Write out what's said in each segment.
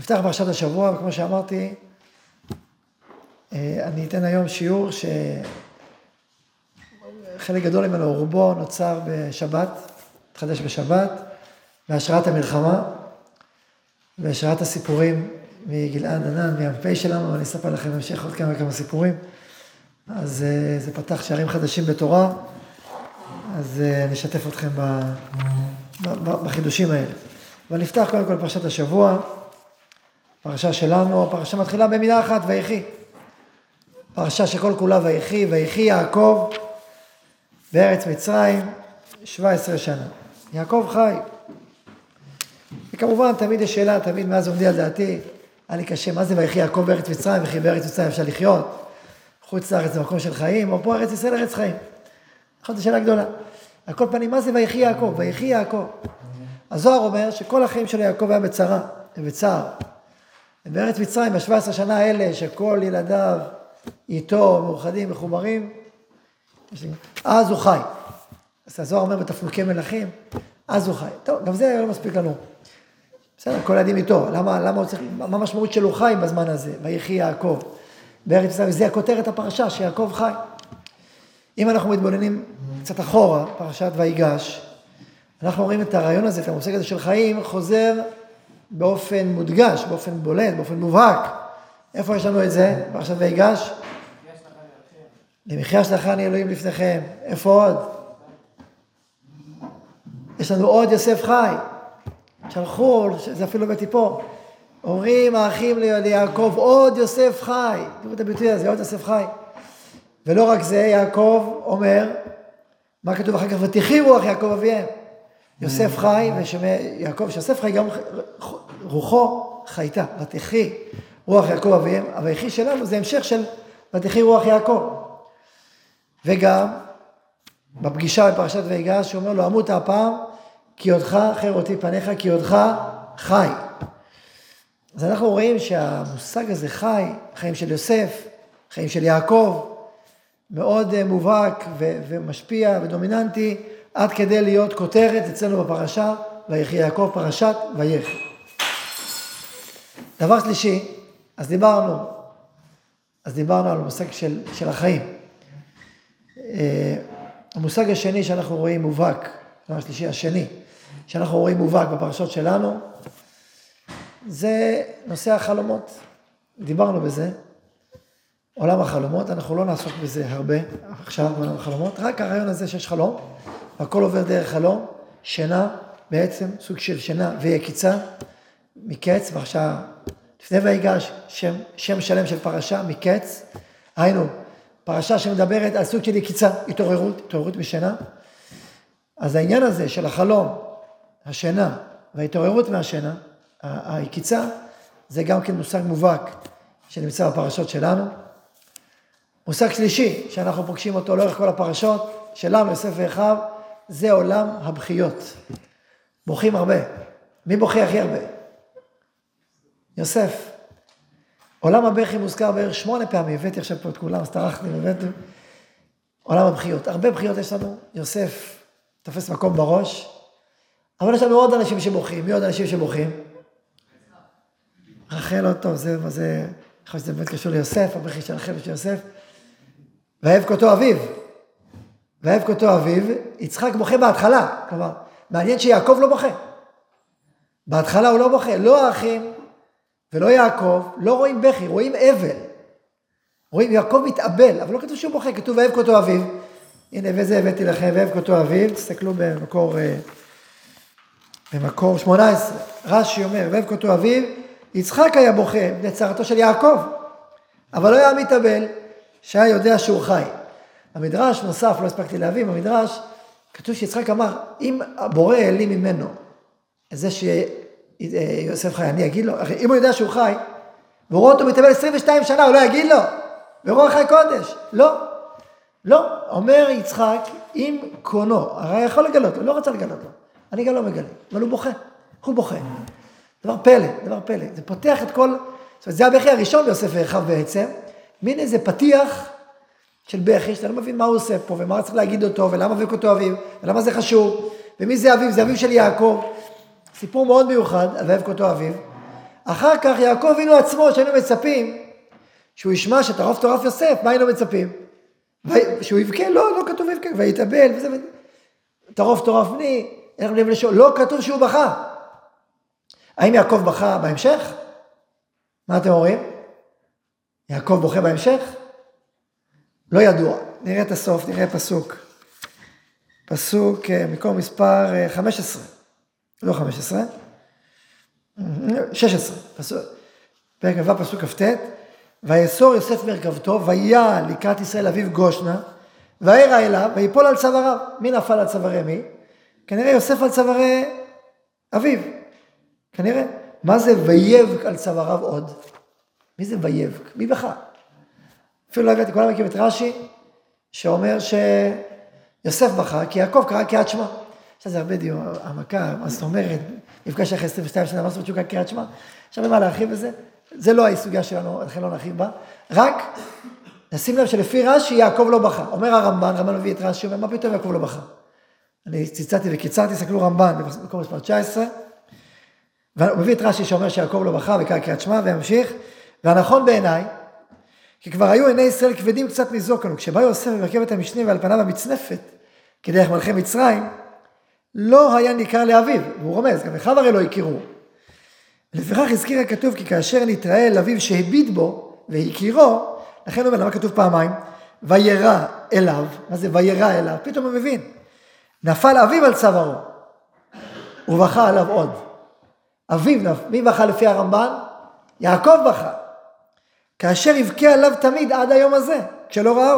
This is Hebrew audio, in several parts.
נפתח פרשת השבוע, וכמו שאמרתי, אני אתן היום שיעור שחלק גדול ממנו, רובו נוצר בשבת, התחדש בשבת, בהשראת המלחמה, בהשראת הסיפורים מגלעד ענן, מהמ"פ שלנו, ואני אספר לכם בהמשך עוד כמה סיפורים. אז זה פתח שערים חדשים בתורה, אז נשתף אתכם בחידושים האלה. אבל נפתח קודם כל פרשת השבוע, פרשה שלנו, הפרשה מתחילה במילה אחת, ויחי. פרשה שכל כולה ויחי, ויחי יעקב בארץ מצרים 17 שנה. יעקב חי. וכמובן תמיד יש שאלה, תמיד מאז עומדי על דעתי, היה לי קשה, מה זה ויחי יעקב בארץ מצרים, וכי בארץ מצרים אפשר לחיות, חוץ לארץ זה מקום של חיים, או פה ארץ ישראל ארץ חיים. נכון, זו שאלה גדולה. על כל פנים, מה זה ויחי יעקב? ויחי יעקב. הזוהר אומר שכל החיים של יעקב היה בצער. בארץ מצרים, ב-17 שנה האלה, שכל ילדיו איתו, מאוחדים, מחוברים, אז הוא חי. אז הזוהר אומר בתפנוקי מלכים, אז הוא חי. טוב, גם זה לא מספיק לנו. בסדר, כל ילדים איתו. למה הוא צריך, מה המשמעות שלו חי בזמן הזה? ויחי יעקב. בארץ מצרים, זה הכותרת הפרשה, שיעקב חי. אם אנחנו מתבוננים קצת אחורה, פרשת ויגש, אנחנו רואים את הרעיון הזה, את המושג הזה של חיים, חוזר באופן מודגש, באופן בולט, באופן מובהק. איפה יש לנו את זה? פרשת ויגש? למחיה שלחני אלוהים לפניכם. איפה עוד? יש לנו עוד יוסף חי. שלחו, זה אפילו בטי פה. אומרים האחים ליעקב, עוד יוסף חי. תראו את הביטוי הזה, עוד יוסף חי. ולא רק זה, יעקב אומר, מה כתוב אחר כך? ותחי רוח יעקב אביהם. יוסף חי, יעקב, שיוסף חי גם רוחו חייתה, ותחי רוח יעקב אביהם, הויחי שלנו זה המשך של ותחי רוח יעקב. וגם בפגישה בפרשת ויגש, שהוא אומר לו, אמות הפעם, כי אותך חירותי פניך, כי אותך חי. אז אנחנו רואים שהמושג הזה חי, חיים של יוסף, חיים של יעקב, מאוד מובהק ומשפיע ודומיננטי, עד כדי להיות כותרת אצלנו בפרשה, ויחי יעקב, פרשת ויחי. דבר שלישי, אז דיברנו על המושג של החיים. המושג השני שאנחנו רואים מובהק, דבר שלישי השני, שאנחנו רואים מובהק בפרשות שלנו, זה נושא החלומות. דיברנו בזה, עולם החלומות, אנחנו לא נעסוק בזה הרבה עכשיו בעולם החלומות, רק הרעיון הזה שיש חלום, הכל עובר דרך חלום, שינה, בעצם סוג של שינה ויקיצה, מקץ, ועכשיו לפני ויגש, שם שלם של פרשה, מקץ, היינו, פרשה שמדברת על סוג של יקיצה, התעוררות בשינה, אז העניין הזה של החלום, השינה וההתעוררות מהשינה, היקיצה, זה גם כן מושג מובהק שנמצא בפרשות שלנו. מושג שלישי, שאנחנו פוגשים אותו לאורך כל הפרשות, שלנו, יוסף ואחיו, זה עולם הבכיות. בוכים הרבה. מי בוכה הכי הרבה? יוסף. עולם הבכי מוזכר בערך 8 פעמים, הבאתי עכשיו פה את כולם, אז טרחתי והבאתי. עולם הבכיות. הרבה בכיות יש לנו, יוסף תופס מקום בראש, אבל יש לנו עוד אנשים שבוכים. מי עוד אנשים שבוכים? רחל לא טוב, זה חושב שזה באמת קשור ליוסף, הבכי של רחל ושל יוסף. ואהב כותו אביו. ואהב כותו אביו, יצחק בוכה בהתחלה. כלומר, מעניין שיעקב לא בוכה. בהתחלה הוא לא בוכה. לא האחים ולא יעקב, לא רואים בכי, רואים אבל. רואים יעקב מתאבל, אבל לא כתוב שהוא בוכה, כתוב ואהב כותו אביו. הנה, וזה הבאתי לכם, ואהב כותו אביו. תסתכלו במקור 18. רש"י אומר, ואהב כותו אביו, יצחק היה בוכה בצרתו של יעקב, אבל לא היה מתאבל, שהיה יודע שהוא חי. המדרש נוסף, לא הספקתי להביא, במדרש כתוב שיצחק אמר, אם הבורא העלים ממנו, זה שיוסף חי, אני אגיד לו, אם הוא יודע שהוא חי, והוא רואה אותו מתאבל 22 שנה, הוא לא יגיד לו, ורוח חי קודש. לא, אומר יצחק, אם קונו, הרי יכול לגלות לו, לא רצה לגלות לו, אני גם לא מגלה, אבל הוא בוכה. דבר פלא, זה פותח את כל, זאת אומרת, זה הבכי הראשון ביוסף ואחיו בעצם, מין איזה פתיח של בכי, שאתה לא מבין מה הוא עושה פה, ומה צריך להגיד אותו, ולמה אביו כותו אביו, ולמה זה חשוב, ומי זה אביו? זה אביו של יעקב. סיפור מאוד מיוחד, ואהב כותו אביו. אחר כך יעקב אבינו עצמו, שהיינו מצפים, שהוא ישמע שטרוף טורף יוסף, מה היינו מצפים? שהוא יבכה? לא כתוב יבכה, ויתאבל, וזה, טרוף טורף בני, לא כתוב שהוא בכה. האם יעקב בכה בהמשך? מה אתם אומרים? יעקב בוכה בהמשך? לא ידוע. נראה את הסוף, נראה פסוק. פסוק מקום מספר 15. לא 15. 16. פרק ו' פסוק כ"ט. ויסור יוסף מרכבתו, ויעל לקראת ישראל אביו גושנה, וירא אליו, ויפול על צוואריו. מי נפל על צווארי מי? כנראה יוסף על צווארי אביו. כנראה. מה זה ויבק על צוואריו עוד? מי זה ויבק? מי בכה? אפילו לא הבאתי, כולם מכירים את רש"י, שאומר שיוסף בכה, כי יעקב קרא קריאת שמע. עכשיו זה הרבה דיון, העמקה, מה זאת אומרת, נפגש אחרי 22 שנה, מה זאת אומרת שהוא קרא קריאת שמע? עכשיו מה להרחיב בזה? זה לא הסוגיה שלנו, לכן לא נרחיב בה. רק נשים לב שלפי רש"י יעקב לא בכה. אומר הרמב"ן, רמב"ן מביא את רש"י, אומר מה פתאום יעקב לא בכה? אני ציצתי וקיצרתי, סתכלו רמב"ן במקום מספר 19, והוא מביא את רש"י שאומר שיעקב לא בכה וקרא קריאת שמע, והמשיך, והנכון בעיניי, כי כבר היו עיני ישראל כבדים קצת מזוקנו, כשבא יוסף ומרכבת המשנים ועל פניו המצנפת, כדרך מלכי מצרים, לא היה ניכר לאביו, והוא רומז, גם אחיו הרי לא הכירו. לפיכך הזכיר הכתוב, כי כאשר נתראה אל אביו שהביט בו והכירו, לכן הוא אומר, למה כתוב פעמיים? וירא אליו, מה זה וירא אליו? פתאום הוא מבין, נפל אביו על צווארו, ובכה עליו עוד. אביו, מי בכה לפי הרמב"ן? יעקב בכה. כאשר יבכה עליו תמיד עד היום הזה, כשלא ראו.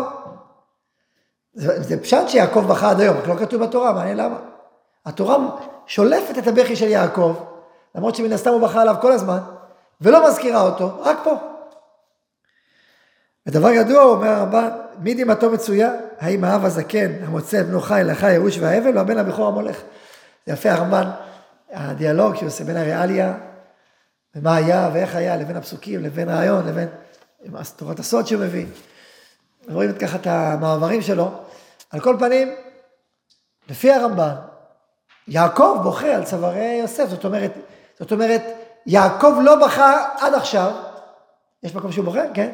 זה פשט שיעקב בכה עד היום, רק לא כתוב בתורה, מעניין למה. התורה שולפת את הבכי של יעקב, למרות שמן הסתם הוא בכה עליו כל הזמן, ולא מזכירה אותו, רק פה. ודבר ידוע, הוא אומר הרמב"ן, מי דמעתו מצויה? האם האב הזקן המוצא בנו חי לאחי הייאוש והאבל, או הבן הבכור המולך? זה יפה הרמב"ן, הדיאלוג שעושה בין הריאליה, ומה היה ואיך היה, לבין הפסוקים, לבין רעיון, לבין תורת הסוד שהוא מביא. רואים את ככה את המעברים שלו. על כל פנים, לפי הרמב"ן, יעקב בוכה על צווארי יוסף, זאת אומרת, יעקב לא בכה עד עכשיו. יש מקום שהוא בוכה? כן.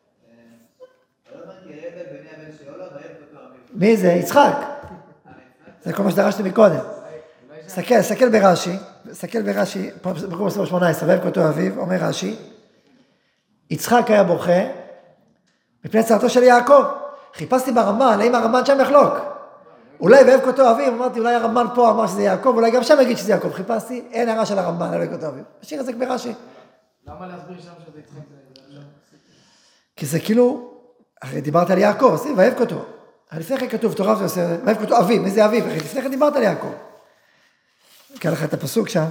מי זה? יצחק. זה כל מה שדרשתי מקודם. סתכל ברש"י, מקום מספר 18, ואהב כותו אביו, אומר רש"י, יצחק היה בוכה מפני צערתו של יעקב. חיפשתי ברמב"ן, האם הרמב"ן שם יחלוק? אולי ואהב כותו אביו, אמרתי, אולי הרמב"ן פה אמר שזה יעקב, אולי גם שם יגיד שזה יעקב. חיפשתי, אין הערה של הרמב"ן, ואהב כותו אביו. השאיר את זה ברש"י. למה להסביר שם שזה יצחק? כי זה כאילו, הרי דיברת על יעקב, אז ואהב כותו. לפני כן כתוב, תורה ועושה, ואהב כותו אביו, מי זה אביו? לפני כן דיברת על יעקב. נקרא לך את הפסוק שם.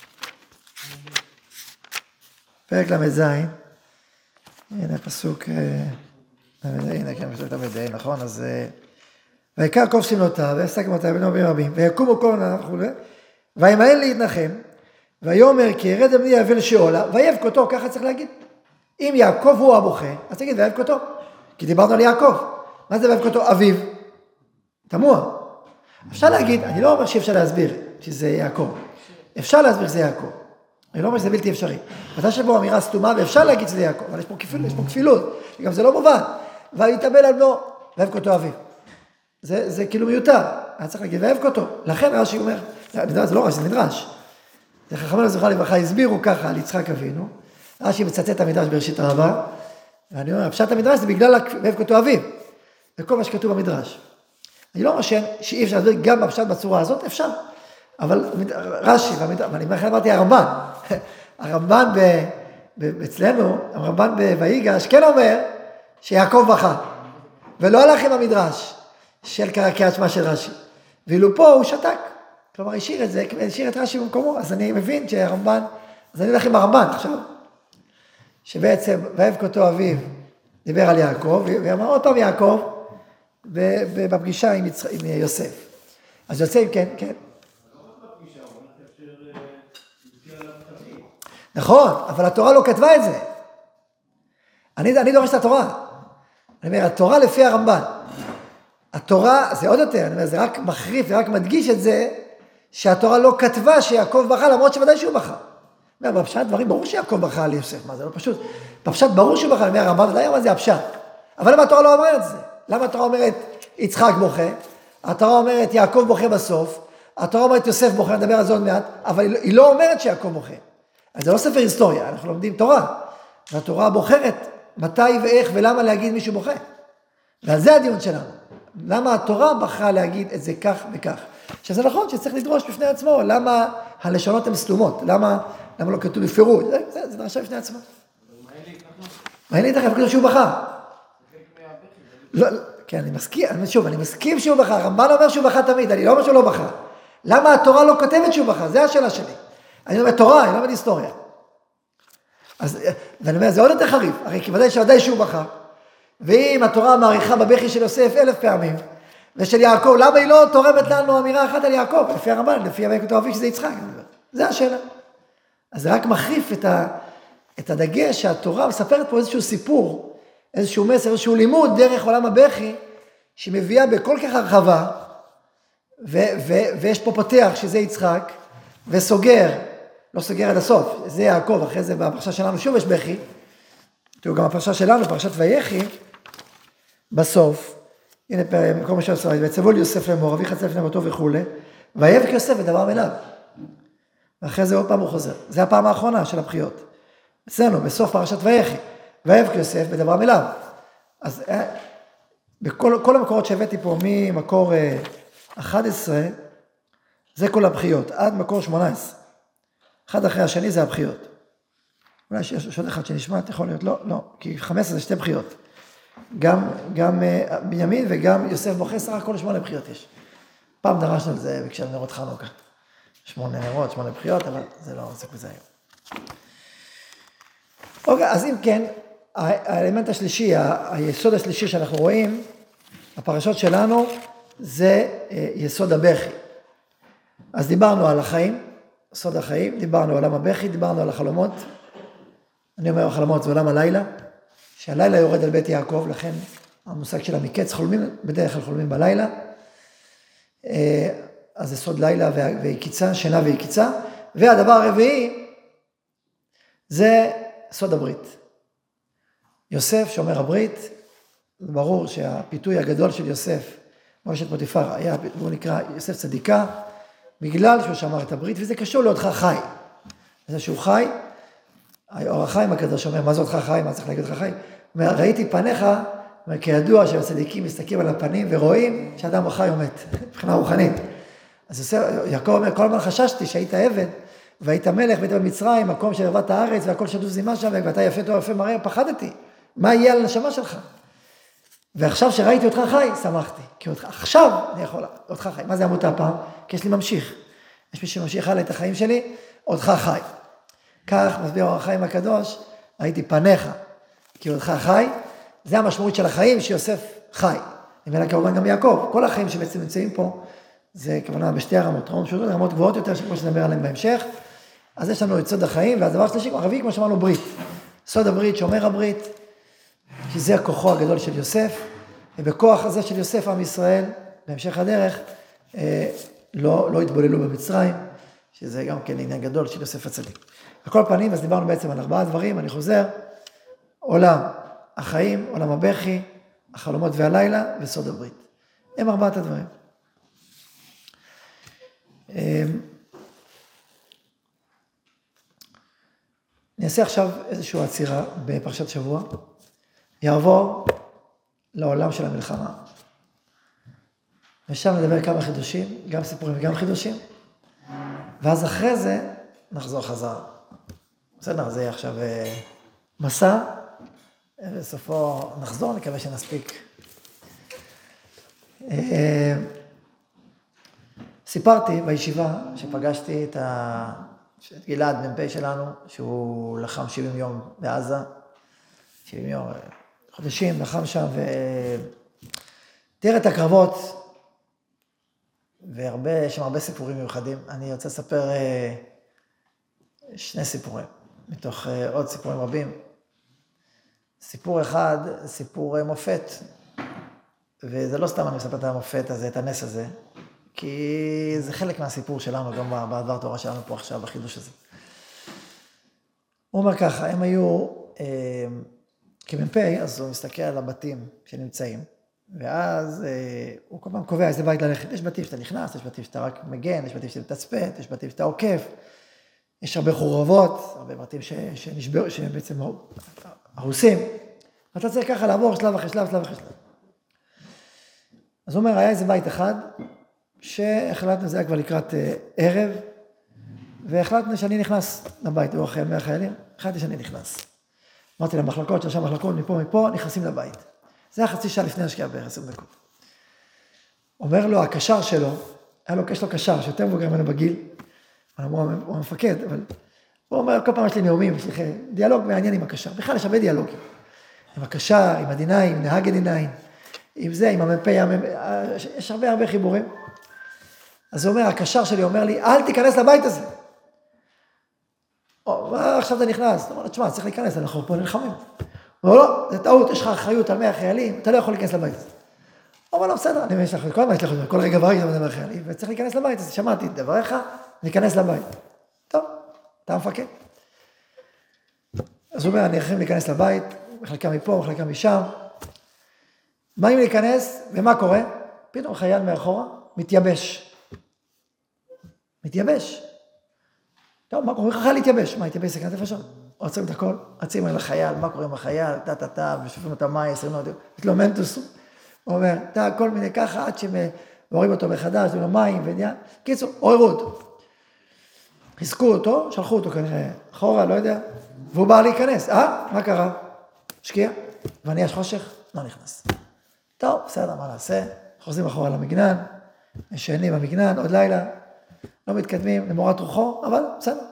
פרק ל"ז. הנה הפסוק, הנה כן, פסוק ל"ז, נכון? אז ויקרא יעקב שמלותיו, ויעסק במותיו בנו רבים רבים, ויקומו כל בניו וכו', וימאן להתנחם, ויאמר כי ירד בני אבל שאולה, ויבך אותו, ככה צריך להגיד. אם יעקב הוא הבוכה, אז תגיד ויבך אותו, כי דיברנו על יעקב. מה זה ויבך אותו? אביו. תמוה. אפשר להגיד, אני לא אומר שאפשר להסביר שזה יעקב. אפשר להסביר שזה יעקב. אני לא אומר שזה בלתי אפשרי. אתה שבו אמירה סתומה, ואפשר להגיד שזה יעקב, אבל יש פה כפילות, וגם זה לא מובן. ויתאבל על בנו, ויבך אותו אביו. זה כאילו מיותר. אני צריך להגיד ויבך אותו. לכן רש"י אומר, זה לא רש"י, זה מדרש. חכמינו זכרם לברכה הסבירו ככה על יצחק אבינו. רש"י מצטט את המדרש בראשית רבה, ואני אומר, פשט המדרש זה בגלל ויבך אותו אביו. וכל מה שכתוב במדרש. אני לא אומר שאי אפשר להסביר גם בפשט בצורה הזאת, אפשר. אבל רש"י, ואני אמרתי הרמב"ן אצלנו, הרמב"ן בויגש, כן אומר שיעקב בכה, ולא הלך עם המדרש של קריאת שמע של רש"י. ואילו פה הוא שתק, כלומר השאיר את זה, השאיר את רש"י במקומו, אז אני מבין שהרמב"ן, אז אני הולך עם הרמב"ן עכשיו, שבעצם ויבך אותו אביו דיבר על יעקב, ואמר עוד פעם יעקב, בפגישה עם יוסף. אז יוצא אם כן, כן. נכון, אבל התורה לא כתבה את זה. אני דורש את התורה. אני אומר, התורה לפי הרמב"ן. התורה, זה עוד יותר, אני אומר, זה רק מחריף ורק מדגיש את זה, שהתורה לא כתבה שיעקב בכה, למרות שוודאי שהוא בכה. בפשט דברים, ברור שיעקב בחר על יוסף, מה זה לא פשוט? בפשט ברור שהוא בחר, אומר הרמב"ם, ודאי מה זה הפשט. אבל למה התורה לא אומרת את זה? למה התורה אומרת יצחק בוכה? התורה אומרת יעקב בוכה בסוף, התורה אומרת יוסף בוכה, נדבר על זה עוד מעט, אבל היא לא אומרת שיעקב בוכה. אז זה לא ספר היסטוריה, אנחנו לומדים תורה. והתורה בוחרת מתי ואיך ולמה להגיד מישהו בוכה. ועל זה הדיון שלנו. למה התורה בחרה להגיד את זה כך וכך. שזה נכון שצריך לדרוש בפני עצמו, למה הלשונות הן סתומות, למה לא כתוב בפירוש, זה דרשה בפני עצמו. מה אין לי התחייב? כתוב שהוא בחר. כן, אני מסכים שהוא בחר, הרמב"ן אומר שהוא בחר תמיד, אני לא אומר שהוא לא בחר. למה התורה לא כותבת שהוא בחר? זה השאלה שלי. אני אומר תורה, אני לא אומר היסטוריה. ואני אומר, זה עוד יותר חריף, הרי שוודאי שהוא בחר. ואם התורה מעריכה בבכי של יוסף 1000 פעמים, ושל יעקב, למה היא לא תורמת לנו אמירה אחת על יעקב? לפי הרמב"ן, לפי הויקות האביב שזה יצחק. זה השאלה. אז זה רק מחריף את הדגש שהתורה מספרת פה איזשהו סיפור, איזשהו מסר, איזשהו לימוד דרך עולם הבכי, שמביאה בכל כך הרחבה, ויש פה פותח שזה יצחק, וסוגר, לא סוגר עד הסוף, זה יעקב, אחרי זה בפרשה שלנו שוב יש בכי, תראו גם הפרשה שלנו, פרשת ויחי, בסוף, הנה מקום ראשון עשרה, ויצוו ליוסף לאמור, אביך צלף נמותו וכו', ויבך יוסף ודבר אליו. ואחרי זה עוד פעם הוא חוזר. זה הפעם האחרונה של הבחיות. אצלנו, בסוף פרשת ויחי, ויבך יוסף ודבר אליו. אז בכל המקורות שהבאתי פה, ממקור 11, זה כל הבחיות, עד מקור 18. אחד אחרי השני זה הבחיות. אולי יש עוד אחד שנשמע, יכול להיות, לא, כי 15 זה 2 בחיות. גם בנימין וגם יוסף בוכה, סך הכל 8 בחיות יש. פעם דרשנו על זה בקשר לנרות חנוכה. 8 נרות, 8 בחיות, אבל זה לא עוסק בזה היום. אוקיי, אז אם כן, האלמנט השלישי, היסוד השלישי שאנחנו רואים, הפרשות שלנו, זה יסוד הבכי. אז דיברנו על החיים, סוד החיים, דיברנו על עולם הבכי, דיברנו על החלומות. אני אומר החלומות זה עולם הלילה, שהלילה יורד על בית יעקב, לכן המושג של המקץ, חולמים, בדרך כלל חולמים בלילה. אז זה סוד לילה ויקיצה, שינה ויקיצה. והדבר הרביעי, זה סוד הברית. יוסף שומר הברית, זה ברור שהפיתוי הגדול של יוסף, כמו אשת פוטיפר, היה, הוא נקרא יוסף צדיקה, בגלל שהוא שמר את הברית, וזה קשור לאותך חי. זה שהוא חי, האור החיים הקדוש אומר, מה זה אותך חי? מה צריך להגיד אותך חי? אומר, ראיתי פניך, כידוע שהצדיקים מסתכלים על הפנים ורואים שאדם הוא חי או מת, מבחינה רוחנית. אז יעקב אומר, כל הזמן חששתי שהיית עבד, והיית מלך, והיית במצרים, מקום של ערוות הארץ, והכל שדוף זימה שם, ואתה יפה טוב יפה מראה, פחדתי. מה יהיה על הנשמה שלך? ועכשיו שראיתי אותך חי, שמחתי. כי עכשיו אני יכול, אותך חי. מה זה עמות הפעם? כי יש לי ממשיך. יש מי שממשיך הלאה את החיים שלי, אותך חי. כך מסביר אור החיים הקדוש, ראיתי פניך, כי אותך חי. זה המשמעות של החיים שיוסף חי. ומילא כמובן גם יעקב. כל החיים שבעצם נמצאים פה, זה כמובן בשתי הרמות, רמות גבוהות יותר, כמו שנדבר עליהן בהמשך. אז יש לנו את סוד החיים, והדבר השלישי, הרביעי, כמו שאמרנו, ברית. סוד הברית, שומר הברית, שזה הכוחו הגדול של יוסף, ובכוח הזה של יוסף, עם ישראל, בהמשך הדרך, לא התבוללו במצרים, שזה גם כן עניין גדול של יוסף הצדיק. על כל פנים, אז דיברנו בעצם על 4 דברים, אני חוזר, עולם החיים, עולם הבכי, החלומות והלילה, וסוד הברית. הם 4 הדברים. אני אעשה עכשיו איזושהי עצירה בפרשת שבוע, יעבור לעולם של המלחמה. ושם נדבר כמה חידושים, גם סיפורים וגם חידושים, ואז אחרי זה נחזור חזרה. בסדר, זה יהיה עכשיו מסע, בסופו נחזור, נקווה שנספיק. סיפרתי בישיבה שפגשתי את גלעד, מ"פ שלנו, שהוא לחם 70 יום בעזה, 70 יום, חודשים, לחם שם, ותראה את הקרבות, ויש שם הרבה סיפורים מיוחדים. אני רוצה לספר 2 סיפורים, מתוך עוד סיפורים רבים. סיפור אחד, סיפור מופת, וזה לא סתם אני מספר את המופת הזה, את הנס הזה, כי זה חלק מהסיפור שלנו, גם בדבר תורה שלנו פה עכשיו, בחידוש הזה. הוא אומר ככה, הם היו כמ"פ, אז הוא מסתכל על הבתים שנמצאים, ואז הוא כל פעם קובע איזה בית ללכת. יש בתים שאתה נכנס, יש בתים שאתה רק מגן, יש בתים שאתה מתצפת, יש בתים שאתה עוקף, יש הרבה חורבות, הרבה בתים שנשבר, שהם בעצם הרוסים. אתה צריך ככה לעבור שלב אחרי שלב, שלב אחרי שלב. אז הוא אומר, היה איזה בית אחד, שהחלטנו, זה היה כבר לקראת ערב, והחלטנו שאני נכנס לבית, הוא אחרי 100 חיילים, החלטתי שאני נכנס. אמרתי למחלקות, שלושה מחלקות, מפה, נכנסים לבית. זה היה חצי שעה לפני השקיעה בערך 20 דקות. אומר לו, הקשר שלו, יש לו קשר, שיותר מבוגר ממנו בגיל, הוא המפקד, אבל הוא אומר, כל פעם יש לי נאומים, יש לי דיאלוג מעניין עם הקשר, בכלל יש הרבה דיאלוגים. עם הקשר, עם הדיניים, עם נהג הדיניים, עם זה, עם המ"פ, יש הרבה חיבורים. אז הוא אומר, הקשר שלי אומר לי, אל תיכנס לבית הזה. עכשיו אתה נכנס, הוא אומר, תשמע, צריך להיכנס, אנחנו פה נלחמים. הוא אומר, לא, זה טעות, יש לך אחריות על 100 חיילים, אתה לא יכול להיכנס לבית הזה. הוא אומר, לא, בסדר, אני יש לך, כל מה יש לך, כל רגע ברגע אתה מדבר חיילים, וצריך להיכנס לבית, אז שמעתי את דבריך, ניכנס לבית. טוב, אתה המפקד. אז הוא אומר, אני הולכים להיכנס לבית, מחלקה מפה, מחלקה משם. באים להיכנס, ומה קורה? פתאום חייל מאחורה, מתייבש. טוב, מה קורה? חייל להתייבש. מה, התייבש סכנת נפשות? עוצרים את הכל, עצים על החייל, מה קורה עם החייל, ושופים את המים, שמים לו, יש לו מנטוס. הוא אומר, כל מיני ככה, עד שמורים אותו מחדש, יש לו מים ונהיה. קיצור, עוררו אותו. חיזקו אותו, שלחו אותו כנראה אחורה, לא יודע, והוא בא להיכנס. מה קרה? שקיע, ואני יש חושך, לא נכנס. טוב, בסדר, מה נעשה? חוזרים אחורה למגנן, ישנים במגנן, עוד לילה, לא מתקדמים למורת רוחו, אבל בסדר.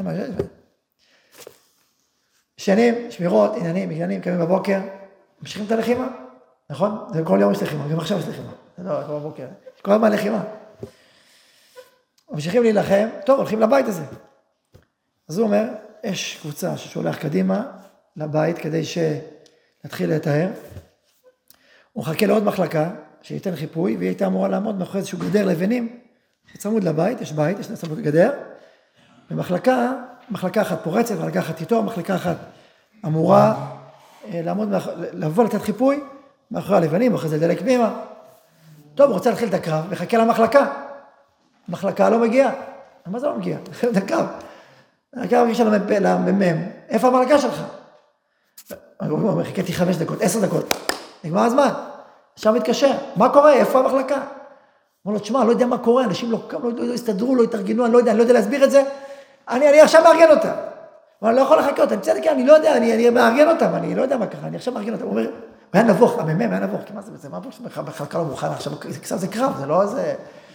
ישנים, שמירות, עניינים, מגננים, קמים בבוקר, ממשיכים את הלחימה, נכון? זה כל יום יש לחימה, גם עכשיו יש לחימה. זה לא, כל בבוקר. כל הזמן לחימה. ממשיכים להילחם, טוב, הולכים לבית הזה. אז הוא אומר, יש קבוצה ששולח קדימה לבית כדי שנתחיל לתאר. הוא מחכה לעוד מחלקה שייתן חיפוי, והיא הייתה אמורה לעמוד מאחורי איזשהו גדר לבנים, שצמוד לבית, יש בית, יש צמוד גדר, ומחלקה אחת פורצת, מחלקה אחת איתו, מחלקה אחת אמורה לבוא לתת חיפוי, מאחורי הלבנים, אחרי זה דלק פנימה. טוב, הוא רוצה להתחיל את הקרב, מחכה למחלקה. המחלקה לא מגיעה. מה זה לא מגיעה? את הקרב. הקרב מגיע למ"מ, איפה המחלקה שלך? הוא אומר, חיכיתי 5 דקות, 10 דקות. נגמר הזמן. עכשיו מתקשר, מה קורה? איפה המחלקה? הוא אומר לו, תשמע, לא יודע מה קורה, אנשים לא הסתדרו, לא התארגנו, אני לא יודע להסביר את זה. אני עכשיו מארגן אותם. אני לא יכול לחכות, אני צדק, אני לא יודע, אני מארגן אותם, אני לא יודע מה קרה, אני עכשיו מארגן אותם. הוא אומר, הוא היה נבוך, המ"מ היה נבוך, כי מה זה, מה פה, בחלקה לא מוכן, עכשיו זה קרב, זה לא איזה...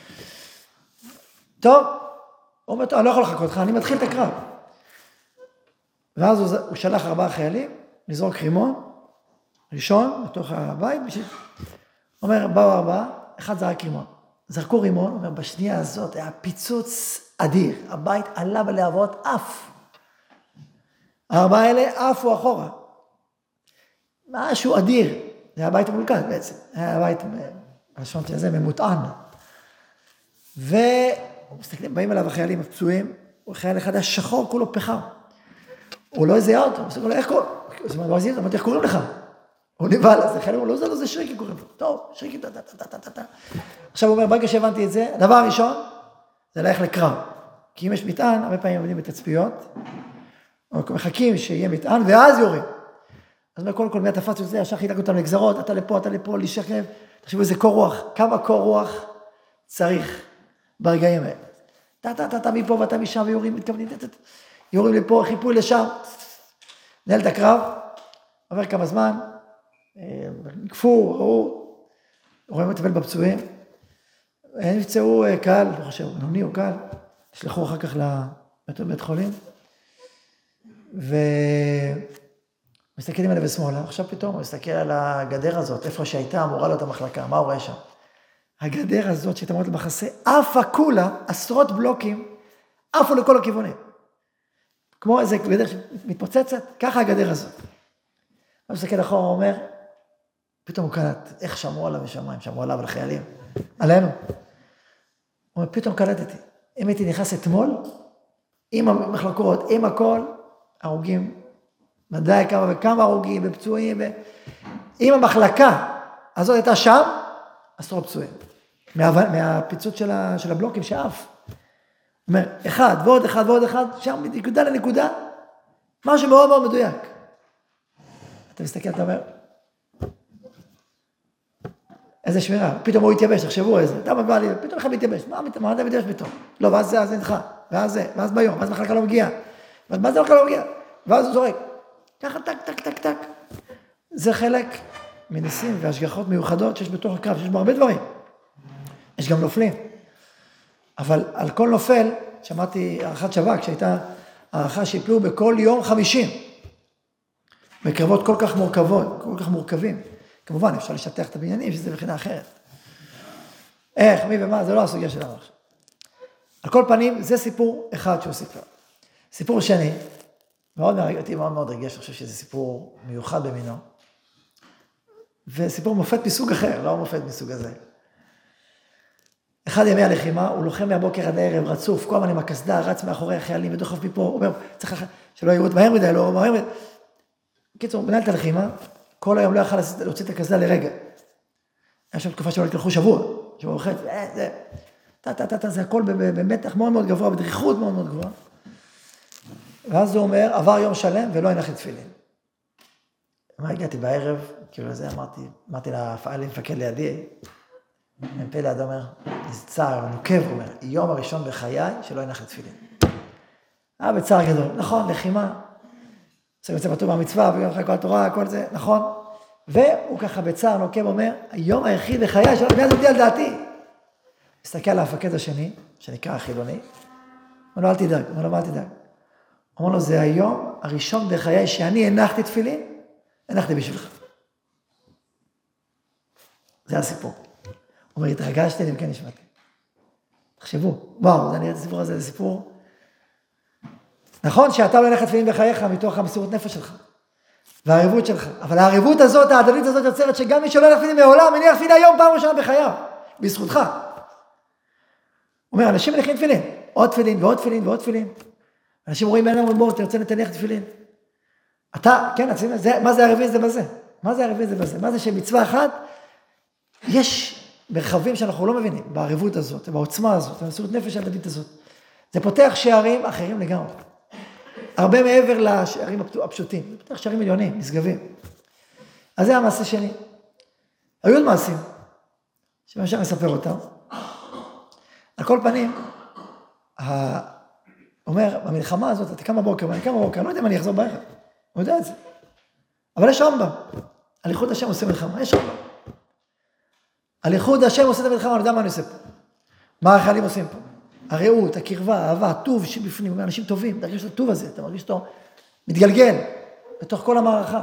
טוב, הוא אומר, אני לא יכול לחכות לך, אני מתחיל את הקרב. ואז הוא שלח 4 חיילים, לזרוק רימון, ראשון, לתוך הבית, הוא אומר, באו 4, אחד זרק רימון. זרקו רימון, הוא אומר, בשנייה הזאת היה פיצוץ אדיר, הבית עלה בלהבות אף. 4 האלה עפו אחורה. משהו אדיר, זה היה בית מולכד בעצם, היה בית, בלשון של זה, ממוטען. ומסתכלים, באים אליו החיילים הפצועים, הוא חייל אחד היה שחור, כולו פחם. הוא לא הזיע אותו, הוא מסתכל לו, איך קוראים? הוא אומר, לא הזיע אותו, אמרתי, איך קוראים לך? הוא נבהל, אז החיילים הוא לא, זה שריקי קוראים לו. טוב, שריקי, עכשיו הוא אומר, ברגע שהבנתי את זה, הדבר הראשון, זה ללכת לקרב. כי אם יש מטען, הרבה פעמים עובדים בתצפיות, או מחכים שיהיה מטען, ואז יורים. אז קודם כל, מי התפס את זה, ישר חילק אותם לגזרות, אתה לפה, להישכב, תחשבו איזה קור רוח, כמה קור רוח צריך ברגעים האלה. אתה מפה ואתה משם, ויורים, מתכוונים, יורים לפה, חיפוי לשם, נהל את הקרב, עובר כמה זמן, נקפו, ראו, רואים לטפל בפצועים, הם נפצעו קל, לא חושב, נוני או קל, נשלחו אחר כך לבית חולים, ומסתכלים עליו בשמאלה, עכשיו פתאום הוא מסתכל על הגדר הזאת, איפה שהייתה אמורה להיות המחלקה, מה הוא רואה שם? הגדר הזאת שהייתה אמורה למחסה, עפה כולה, עשרות בלוקים, עפו לכל הכיוונים. כמו איזה גדר שמתפוצצת, ככה הגדר הזאת. הוא מסתכל אחורה, הוא אומר, פתאום הוא קלט, איך שמרו עליו משמיים, שמרו עליו על החיילים, עלינו. הוא אומר, פתאום קלטתי, אם הייתי נכנס אתמול, עם המחלקות, עם הכל, הרוגים, ודאי כמה וכמה הרוגים ופצועים, אם המחלקה הזאת הייתה שם, עשרות פצועים. מהפיצוץ של הבלוקים שאף. אומר, אחד ועוד אחד ועוד אחד, שם מנקודה לנקודה, משהו מאוד מאוד מדויק. אתה מסתכל, אתה אומר, איזה שמירה, פתאום הוא התייבש, תחשבו איזה, אתה מבא לי, פתאום אחד מתייבש, מה אתה מתייבש פתאום? לא, ואז זה נדחה, ואז ביום, ואז מחלקה לא מגיעה, ואז זה מחלקה לא מגיעה, ואז הוא זורק. ככה טק, טק, טק, טק. זה חלק מניסים והשגחות מיוחדות שיש בתוך הקרב, שיש בו הרבה דברים. יש גם נופלים. אבל על כל נופל, שמעתי הערכת שב"כ, שהייתה הערכה שיפלו בכל יום 50. בקרבות כל כך מורכבות, כל כך מורכבים. כמובן, אפשר לשטח את הבניינים, שזה בחינה אחרת. איך, מי ומה, זה לא הסוגיה שלנו עכשיו. על כל פנים, זה סיפור אחד שהוא סיפר. סיפור שני, מאוד אותי מאוד מאוד רגש, אני חושב שזה סיפור מיוחד במינו. וסיפור מופת מסוג אחר, לא מופת מסוג הזה. אחד ימי הלחימה, הוא לוחם מהבוקר עד הערב, רצוף, כל הזמן עם הקסדה, רץ מאחורי החיילים ודוחף מפה, הוא אומר, צריך שלא יראו את מהר מדי, לא מהר מדי. בקיצור, הוא מנהל את הלחימה, כל היום לא יכל להוציא את הקסדה לרגע. היה שם תקופה שלא התקלחו שבוע וחצי, זה הכל במתח מאוד מאוד גבוה, בדריכות מאוד מאוד גבוהה. ואז הוא אומר, עבר יום שלם ולא הנחתי תפילין. מה הגעתי בערב, כאילו לזה אמרתי למפקד לידי, מ"פ ליד אומר, איזה צער, נוקב, הוא אומר, יום הראשון בחיי שלא הנחתי תפילין. בצער גדול, נכון, לחימה, יוצא בטוב מהמצווה, וגם אחרי כל התורה, כל זה, נכון? והוא ככה בצער נוקב אומר, היום היחיד בחיי שלא מאז אותי על דעתי. מסתכל על המפקד השני, שנקרא החילוני, אומר לו, אל תדאג, אל תדאג. אומר לו, זה היום הראשון בחיי שאני הנחתי תפילין, הנחתי בשבילך. זה הסיפור. הוא אומר, התרגשתי, אני כן נשמעתי. תחשבו, וואו, זה נראה את הסיפור הזה, זה סיפור. נכון שאתה לא הנחת תפילין בחייך מתוך המסירות נפש שלך, והערבות שלך, אבל הערבות הזאת, ההדדית הזאת יוצרת שגם מי שלא הנחת תפילין מעולם, הניח תפילין היום פעם ראשונה בחייו, בזכותך. הוא אומר, אנשים מניחים תפילין, עוד תפילין ועוד תפילין ועוד תפילין. אנשים רואים בעיניים ואומרים, בואו, אתה רוצה לתניח תפילין. אתה, כן, מה זה הערבים זה בזה? מה זה הערבים זה בזה? מה זה שמצווה אחת, יש מרחבים שאנחנו לא מבינים, בערבות הזאת, בעוצמה הזאת, במסירות נפש ההדדית הזאת. זה פותח שערים אחרים לגמרי. הרבה מעבר לשערים הפשוטים. זה פותח שערים מיליונים, נשגבים. אז זה המעשה שני. היו עוד מעשים, שמאשר נספר אותם. על כל פנים, אומר, במלחמה הזאת, אתה קם בבוקר, ואני קם בבוקר, אני לא יודע אם אני אחזור בערב. הוא יודע את זה. אבל יש רמב"ם. על ייחוד השם עושה מלחמה, יש רמב"ם. על ייחוד השם עושה את המלחמה, אני יודע מה אני עושה פה. מה החיילים עושים פה? הרעות, הקרבה, האהבה, הטוב שבפנים, אנשים טובים, אתה מרגיש את הטוב הזה, אתה מרגיש אותו מתגלגל בתוך כל המערכה.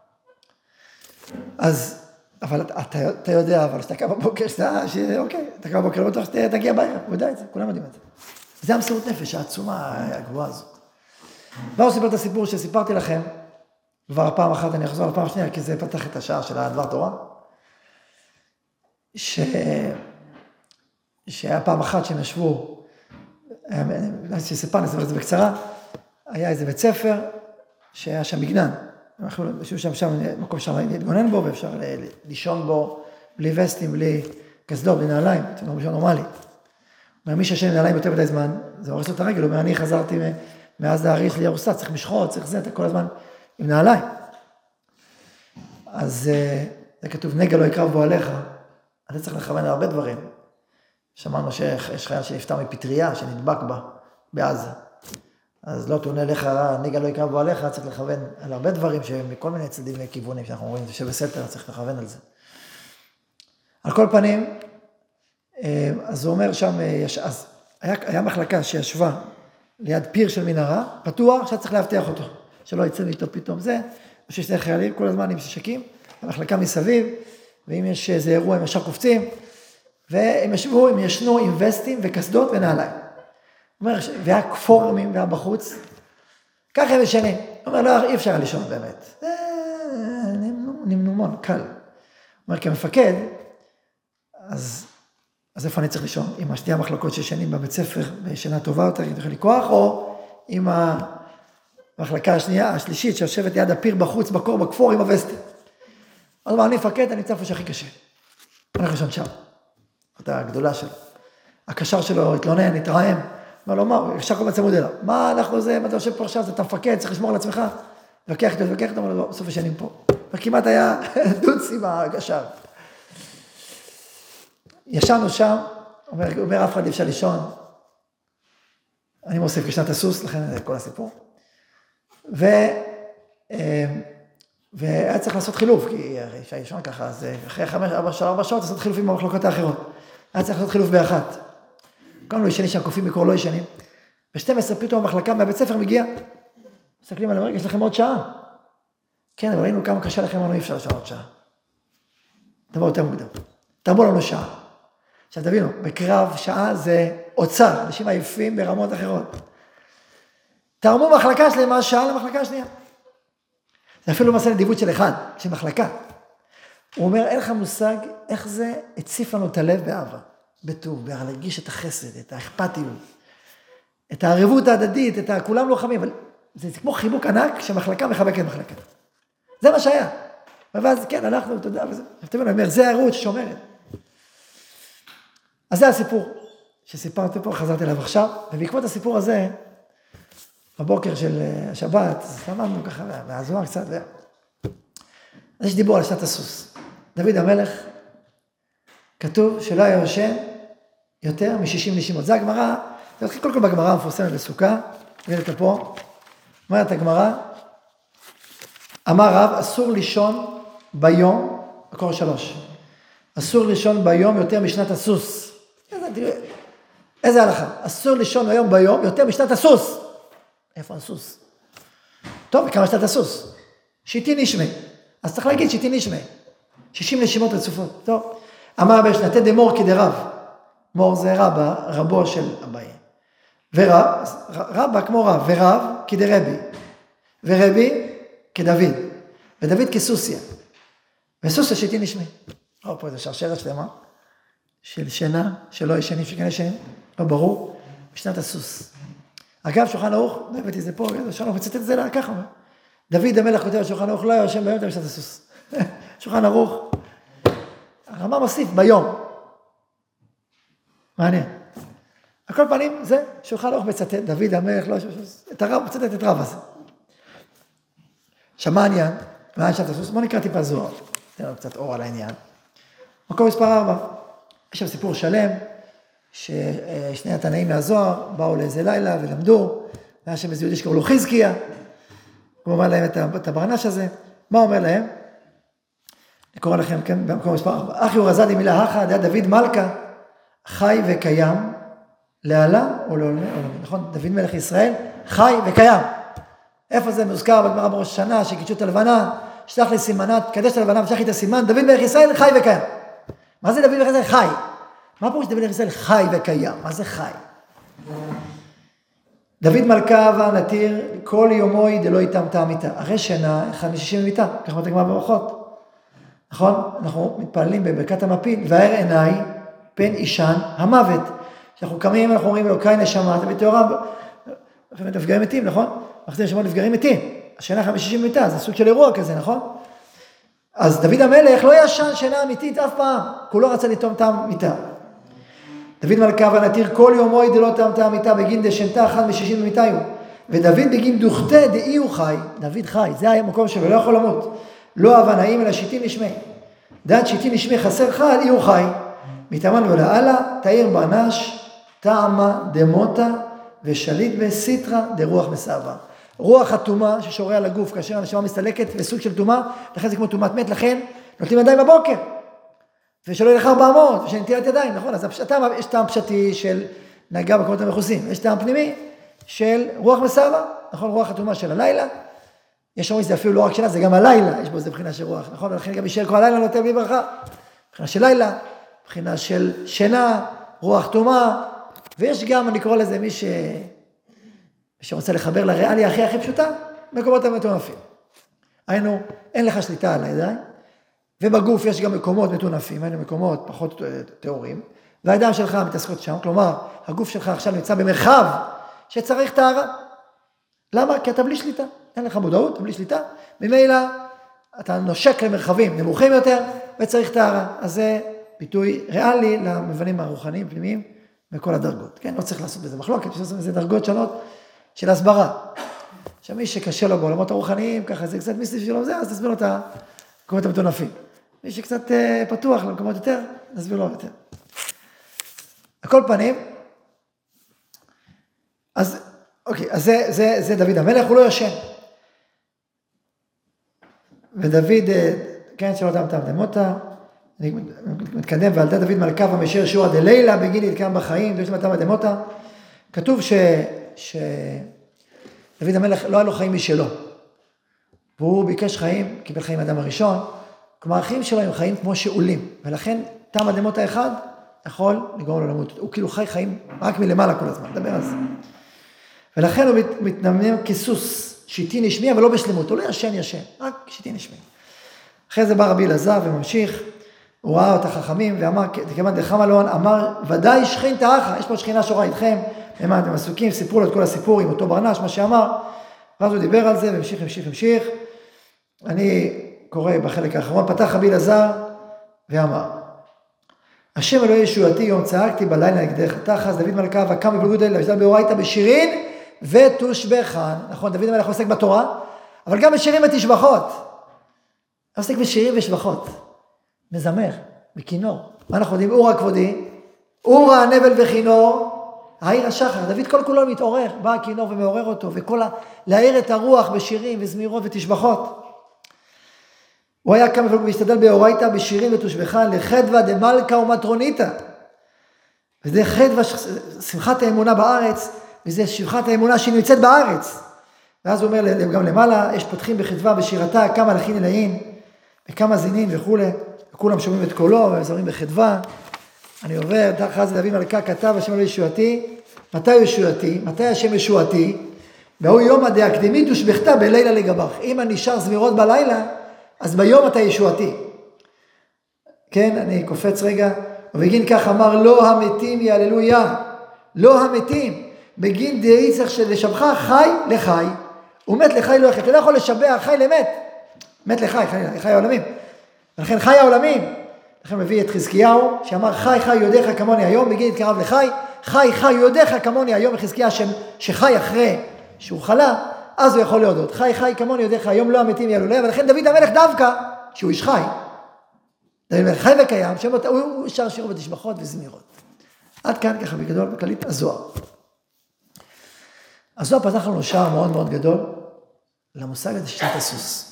אז, אבל אתה יודע, אבל שאתה קם בבוקר, אוקיי, אתה קם בבוקר, לא בטוח שתגיע בערב, הוא יודע את זה, כולם יודעים את זה. זה המסירות נפש, העצומה, הגבוהה הזאת. ואני סיפר את הסיפור שסיפרתי לכם, כבר פעם אחת, אני אחזור לפעם שנייה, כי זה פתח את השער של הדבר תורה, שהיה פעם אחת שהם ישבו, שסיפרנו, נספר את זה בקצרה, היה איזה בית ספר, שהיה שם מגנן, ישבו שם מקום שם להתגונן בו, ואפשר לישון בו, בלי וסטים, בלי קסדות, בלי נעליים, זה לא משהו נורמלי. מי שישן עם נעליים יותר מדי זמן, זה הורס לו את הרגל, הוא אומר, אני חזרתי מאז להאריך לי ארוסה, צריך משחות, צריך זה, אתה כל הזמן עם נעליים. אז זה כתוב, נגע לא יקרב בו עליך, אתה צריך לכוון הרבה דברים. שמענו שיש חייל שנפטר מפטריה, שנדבק בה, בעזה. אז לא תעונה לך, נגע לא יקרב בו עליך, צריך לכוון על הרבה דברים שהם מכל מיני צדדים וכיוונים שאנחנו רואים, זה שבסתר, צריך לכוון על זה. על כל פנים, אז הוא אומר שם, אז היה מחלקה שישבה ליד פיר של מנהרה, פתוח, עכשיו צריך להבטיח אותו, שלא יצא מאיתו פתאום זה, או שיש שני חיילים כל הזמן עם ששקים, המחלקה מסביב, ואם יש איזה אירוע, הם ישר קופצים, והם ישבו, הם ישנו עם וסטים וקסדות ונעליים. הוא אומר, והיה כפורמים, והיה בחוץ, ככה הם ישנים. הוא אומר, לא, אי אפשר לישון באמת. זה נמנומון, קל. הוא אומר, כמפקד, אז איפה אני צריך לישון? עם השתי המחלקות שישנים בבית ספר, בישנה טובה יותר, אם תוכל לי כוח, או עם המחלקה השנייה, השלישית, שיושבת ליד הפיר בחוץ, בקור, בכפור עם הווסטר. אז אמר, אני מפקד, אני נמצא איפה שהכי קשה. אני הולך לישון שם. אותה הגדולה שלו. הקשר שלו התלונן, התרעם. אמר לו, מה, הוא ישר כל מצמוד אליו. מה אנחנו זה, מה אתה יושב פה עכשיו, אתה מפקד, צריך לשמור על עצמך. תתווכח איתו, אמר לו, בסוף ישנים פה. וכמעט היה דוץ עם הקשר. ישנו שם, אומר, אף אחד אי אפשר לישון. אני מוסיף כשנת הסוס, לכן זה כל הסיפור. והיה צריך לעשות חילוף, כי אפשר לישון ככה, אז אחרי 4 שעות לעשות חילופים במחלוקות האחרות. היה צריך לעשות חילוף באחת. כולנו ישנים שם, קופים מקור לא ישנים. ב-12 פתאום המחלקה מהבית ספר מגיע. מסתכלים על המרק, יש לכם עוד שעה. כן, אבל ראינו כמה קשה לכם, אי אפשר לשעה עוד שעה. דבר יותר מוקדם. תרמו לנו שעה. עכשיו תבינו, בקרב שעה זה אוצר, אנשים עייפים ברמות אחרות. תרמו מחלקה שלמה שעה למחלקה השנייה. זה אפילו לא מעשה נדיבות של אחד, של מחלקה. הוא אומר, אין לך מושג איך זה הציף לנו את הלב באהבה, בטוב, להרגיש את החסד, את האכפתיות, את הערבות ההדדית, כולם לוחמים, אבל זה כמו חיבוק ענק שמחלקה מחבקת מחלקה. זה מה שהיה. ואז כן, אנחנו, אתה יודע, אני אומר, זה הערות ששומרת. אז זה הסיפור שסיפרתי פה, חזרתי אליו עכשיו, ובעקבות הסיפור הזה, בבוקר של השבת, אז למדנו ככה, והזוהר קצת, אז יש דיבור על שנת הסוס. דוד המלך, כתוב שלא היה יושן יותר מ-60 נשימות. זה הגמרא, זה מתחיל כל בגמרא המפורסמת בסוכה, תראית פה, אומרת הגמרא, אמר רב, אסור לישון ביום, מקור 3, אסור לישון ביום יותר משנת הסוס. איזה הלכה? אסור לישון היום ביום יותר משנת הסוס. איפה הסוס? טוב, כמה שנת הסוס? שיטי נשמע. אז צריך להגיד שיטי נשמע. 60 נשימות רצופות. טוב. אמר בשנתי דמור כדרב. מור זה רבא, רבו של אביי. רבא כמו רב, ורב כדרבי. ורבי כדוד. ודוד כסוסיה. וסוסיה שיטי נשמע. פה איזה שרשרת שלמה. של שינה, שלא ישנים, שכן ישנים. לא ברור. בשנת הסוס. אגב, שולחן ערוך, לא הבאתי את זה פה, שולחן ערוך מצטט את זה ככה. דוד המלך כותב על שולחן ערוך, לא היה יושן ביום, אתה משנת הסוס. שולחן ערוך, הרמה מוסיף ביום. מעניין. על כל פנים, זה שולחן ערוך מצטט, דוד המלך, לא את הרב, מצטט את רב הזה. שמעניין, מה שנת הסוס? בוא נקרא טיפה זוהר. תן לנו קצת אור על העניין. מקום מספר 4. יש שם סיפור שלם, ששני התנאים מהזוהר באו לאיזה לילה ולמדו, והיה שם איזה יהודי שקראו לו חזקיה, הוא אומר להם את הברנש הזה, מה אומר להם? אני קורא לכם כן, במקום מספר 4, אחי הוא רזד עם מילה אחת, היה דוד מלכה, חי וקיים, לעלה או לא, נכון? דוד מלך ישראל, חי וקיים. איפה זה מוזכר בגמרא בראש השנה, שקידשו את הלבנה, שלח לי סימנה, תקדש את הלבנה ושלח לי את הסימן, דוד מלך ישראל, חי וקיים. מה זה דוד מלך ישראל? חי. מה פירוש דוד מלך ישראל חי וקיים? מה זה חי? דוד מלכה ונתיר כל יומוי דלא איתם תעמיתה. הרי שינה אחד מ-60 מיתה, כך אומרת הגמרא בברכות. נכון? אנחנו מתפללים בברכת המפיל, והאר עיניי פן אישן המוות. כשאנחנו קמים, אנחנו אומרים אלוקי נשמה, תמיד תאורם, נפגעים מתים, נכון? מחזיר נשמות נפגעים מתים. השינה אחד מ-60 מיתה, זה סוג של אירוע כזה, נכון? אז דוד המלך לא ישן שינה אמיתית אף פעם, כולו רצה לטום טעם מיתה. דוד מלכה ונתיר כל יומוי דלא טעם טעם מיתה בגין דשנתה אחד מ-60 מיתיו. ודוד בגין דוכתה דאי הוא חי, דוד חי, זה היה המקום שלו, לא יכול למות. לא אבא נעים אלא שיטי נשמי. דעת שיטי נשמי חסר חד, אי הוא חי. מתאמן ולעלה, תאיר ברנש, טעמה דמותה, ושליט בסיטרה דרוח מסעבה. רוח התומה ששורה על הגוף, כאשר הנשמה מסתלקת וסוג של תומה, לכן זה כמו תומת מת, לכן נוטלים ידיים בבוקר. ושלא ילך 400, ושנטילת ידיים, נכון? אז יש טעם פשטי של נגע במקומות המכוסים, יש טעם פנימי של רוח מסעבה, נכון? רוח התומה של הלילה. יש אומרים שזה אפילו לא רק שנה, זה גם הלילה, יש בו איזה בחינה של רוח, נכון? ולכן גם יישאר כל הלילה נותן בלי ברכה. בחינה של לילה, בחינה של שינה, רוח תומה, ויש גם, אני קורא לזה, מי שרוצה לחבר לריאליה הכי פשוטה, מקומות המטונפים. היינו, אין לך שליטה על הידיים, ובגוף יש גם מקומות מטונפים, היינו מקומות פחות תיאורים, והידיים שלך מתעסקות שם, כלומר, הגוף שלך עכשיו נמצא במרחב שצריך טהרה. למה? כי אתה בלי שליטה. אין לך מודעות, אתה בלי שליטה. ממילא אתה נושק למרחבים נמוכים יותר, וצריך טהרה. אז זה ביטוי ריאלי למבנים הרוחניים, פנימיים, בכל הדרגות. כן, לא צריך לעשות בזה מחלוקת, יש לעשות בזה דרגות שונות של הסברה. שמי שקשה לו בעולמות הרוחניים, ככה זה קצת מיסטי שלו, אז תסביר לו את המקומות המטונפים. מי שקצת פתוח למקומות יותר, נסביר לו יותר. על כל פנים, אז, אוקיי, אז זה דוד המלך, הוא לא ישן. ודוד, כן, שלא תם דמותה, אני מתקדם, ועלתה דוד מלכה ומשאיר שורה דלילה, בגין יתקם בחיים, דוד תם דמותה. כתוב דוד המלך לא היה לו חיים משלו. והוא ביקש חיים, קיבל חיים אדם הראשון, כלומר, החיים שלו הם חיים כמו שאולים, ולכן תם הדמות האחד יכול לגרום לו למות. הוא כאילו חי חיים רק מלמעלה כל הזמן, נדבר על זה. ולכן הוא מתנמנם כסוס, שיטי נשמי, אבל לא בשלמות, הוא לא ישן, רק שיטי נשמי. אחרי זה בא רבי אלעזר וממשיך, הוא ראה את החכמים ואמר, כמעט דחם אלון, אמר, ודאי שכין תאחה, יש פה שכינה שורה איתכם, הם עסוקים, סיפרו לו את כל הסיפור עם אותו ברנש, מה שאמר, ואז הוא דיבר על זה, והמשיך. אני קורא בחלק האחרון, פתח רבי אלעזר ואמר, השם אלוהי ישועתי יום צעקתי בלילה נגדך, תחז דוד מלכה וקם בבלגוד לילה, ושדל באורייתא בשירין ותושבחן, נכון, דוד המלך עוסק בתורה, אבל גם בשירים ותשבחות, עוסק בשירים ושבחות, מזמר, בכינור, מה אנחנו יודעים? אורה כבודי, אורה נבל וכינור, העיר השחר, דוד כל כולו מתעורר, בא הכינור ומעורר אותו, להעיר את הרוח בשירים וזמירות ותשבחות. הוא היה קם והשתדל באורייתא בשירים ותושבחן לחדווה דמלכה ומטרוניתא. וזה חדווה, שמחת האמונה בארץ, וזה שמחת האמונה שנמצאת בארץ. ואז הוא אומר גם למעלה, יש פותחים בחדווה בשירתה, כמה לכין אלאין, וכמה זינין וכו', וכולם שומעים את קולו, וזורים בחדווה. אני עובר, אחרי זה דוד מלכה כתב, השם אלוהי ישועתי, מתי ישועתי? מתי השם ישועתי? והוא יום הדאקדמית ושבחתה בלילה לגבך. אם אני שר זמירות בלילה, אז ביום אתה ישועתי. כן, אני קופץ רגע, ובגין כך אמר, לא המתים יהללויה, לא המתים, בגין דאי צריך לשבחה חי לחי, ומת לחי לא יחי, אתה לא יכול לשבח חי למת, מת לחי, חי העולמים, ולכן חי העולמים, לכן מביא את חזקיהו, שאמר חי יודיך כמוני היום, בגין התקרב לחי, חי יודיך כמוני היום, חזקיהו שחי אחרי שהוא חלה, אז הוא יכול להודות, חי כמוני יודיך היום לא המתים יהללויה, ולכן דוד המלך דווקא, שהוא איש חי, דוד המלך חי וקיים, הוא שר שירו ותשבחות וזמירות. עד כאן ככה בגדול, בכללית הזוהר. הזוהר פתח לנו שער מאוד מאוד גדול, למושג הזה שנת הסוס.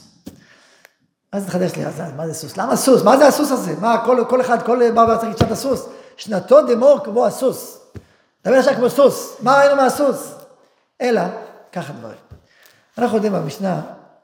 אז תחדש לי, אז מה זה סוס? למה סוס? מה זה הסוס הזה? מה כל אחד, כל בר צריך שנת הסוס? שנתו דמור כמו הסוס. דבר ישר כמו סוס. מה ראינו מהסוס? אלא, ככה דברים. אנחנו יודעים במשנה,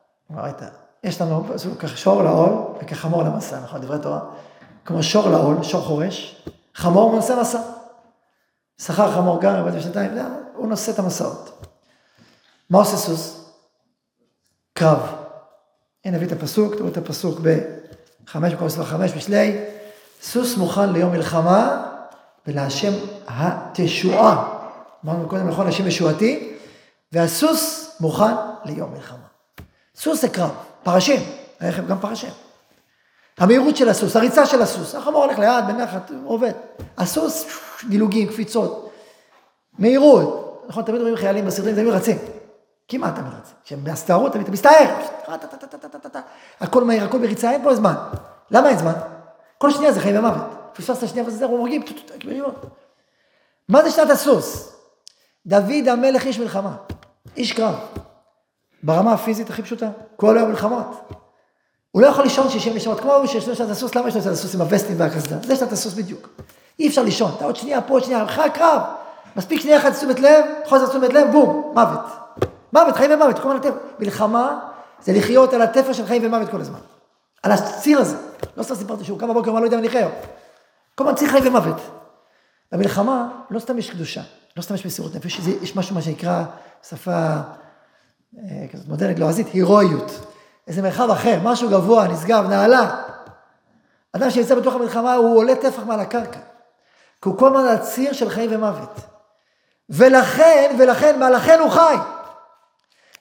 יש לנו ככה שור לעול וכחמור למסע, נכון, דברי תורה. כמו שור לעול, שור חורש, חמור מנסה מסע. שכר חמור גם, עבד בשנתיים, הוא נושא את המסעות. מה עושה סוס? קרב. הנה הביא את הפסוק, תראו את הפסוק ב-5 משלי, סוס מוכן ליום מלחמה ולהשם התשועה. אמרנו קודם נכון, השם ישועתי, והסוס מוכן ליום מלחמה. סוס זה קרב, פרשים, הרכב גם פרשים. המהירות של הסוס, הריצה של הסוס, החמור הולך ליד, בנחת, עובד. הסוס, דילוגים, קפיצות, מהירות. נכון, תמיד רואים חיילים בסרטונים, תמיד רצים. כמעט תמיד רצים. כשהם בהסתערות, תמיד מסתער. הכל מהיר, הכל בריצה, אין פה זמן. למה אין זמן? כל שנייה זה חיים ומוות. פספסת שנייה וזה, הוא מרגיעים, מה זה שנת הסוס? דוד המלך איש מלחמה, איש קרב. ברמה הפיזית הכי פשוטה, כל היום מלחמות. הוא לא יכול לישון 60 נשמות, כמו הוא שיש לו שנת הסוס, למה יש לו שנת הסוס עם הווסטים והקסדה? זה שנת הסוס בדיוק. אי אפשר לישון, אתה עוד שנייה פה, עוד שנייה, אחרי הקרב. מספיק שנייה אחת תשומת לב, חוזר תשומת לב, בום, מוות. מוות, חיים ומוות, כל הזמן הטבע. מלחמה זה לחיות על התפר של חיים ומוות כל הזמן. על הציר הזה. לא סתם סיפרתי שהוא קם בבוקר, מה לא יודע מה נחיה. כל הזמן ציר חיים ומוות. במלחמה לא סתם יש קדושה, לא סתם יש מסירות נפש, יש משהו מה שנקרא שפה כזאת מודרנית לועזית, הירואיות. איזה מרחב אחר, משהו גבוה, נשגב, נעלה. אדם שנמצא בתוך המלחמה, הוא עולה טפח מעל הקרקע. כי הוא כל הזמן על הציר של חיים ומוות. ולכן הוא חי.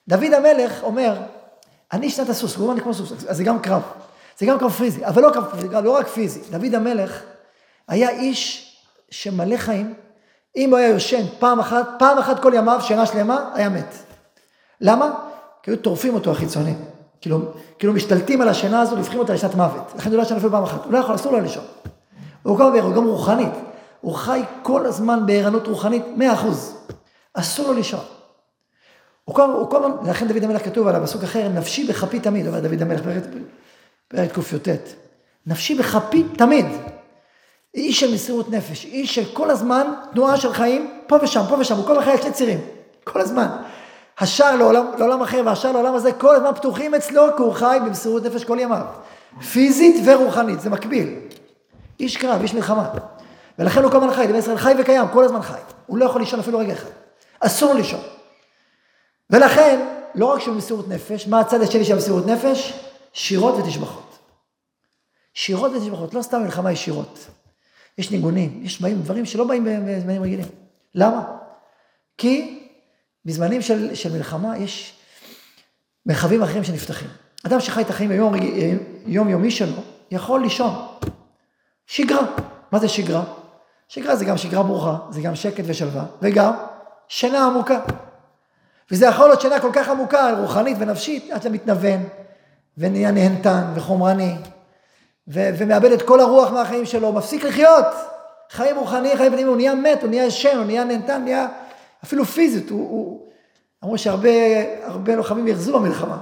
דוד המלך אומר, אני שנת הסוס, הוא אומר לי כמו סוס, אז זה גם קרב. זה גם קרב פיזי, אבל לא קרב פיזי, לא רק פיזי. דוד המלך היה איש שמלא חיים, אם הוא היה יושן פעם אחת כל ימיו, שנה שלמה, היה מת. למה? כי היו טורפים אותו החיצונים. כאילו משתלטים על השינה הזו, לפחים אותה לשנת מוות. לכן הוא לא ישן אפילו פעם אחת. הוא לא יכול, אסור לו לישון. הוא גם רוחנית. הוא חי כל הזמן בערנות רוחנית 100%. אסור לו לישון. הוא כל הזמן, לכן דוד המלך כתוב עליו, בסוג אחר, נפשי בכפי תמיד, אומר דוד המלך פרק ק"ט. נפשי בכפי תמיד. איש של מסירות נפש, איש של כל הזמן תנועה של חיים, פה ושם, הוא כל החיים שני צירים, כל הזמן. השער לעולם אחר והשער לעולם הזה, כל הזמן פתוחים אצלו, כי הוא חי במסירות נפש כל ימיו. פיזית ורוחנית, זה מקביל. איש קרב, איש מלחמה. ולכן הוא כל הזמן חי, ישראל חי וקיים, כל הזמן חי. הוא לא יכול לישון אפילו רגע אחד. אסור לישון. ולכן, לא רק שהוא מסירות נפש, מה הצד השני של מסירות נפש? שירות ותשבחות. שירות ותשבחות, לא סתם מלחמה היא שירות. יש ניגונים, יש דברים שלא באים בזמנים רגילים. למה? כי בזמנים של מלחמה יש מרחבים אחרים שנפתחים. אדם שחי את החיים יום-יומי שלו, יכול לישון. שגרה. מה זה שגרה? שגרה זה גם שגרה ברוכה, זה גם שקט ושלווה, וגם שינה עמוקה. וזה יכול להיות שינה כל כך עמוקה, רוחנית ונפשית, עד למתנוון, ונהיה נהנתן וחומרני, ומאבד את כל הרוח מהחיים שלו, מפסיק לחיות. חיים רוחני, חיים פנימי, הוא נהיה מת, הוא נהיה ישן, הוא נהיה נהנתן, נהיה אפילו פיזית. אמרו שהרבה לוחמים יחזו במלחמה.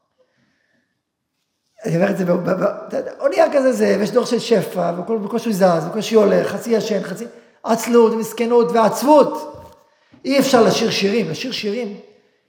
אני אומר את זה, הוא נהיה כזה זה, ויש דור של שפע, ובקושי זז, ובקושי הולך, חצי ישן, חצי עצלות, מסכנות ועצבות. אי אפשר לשיר שירים,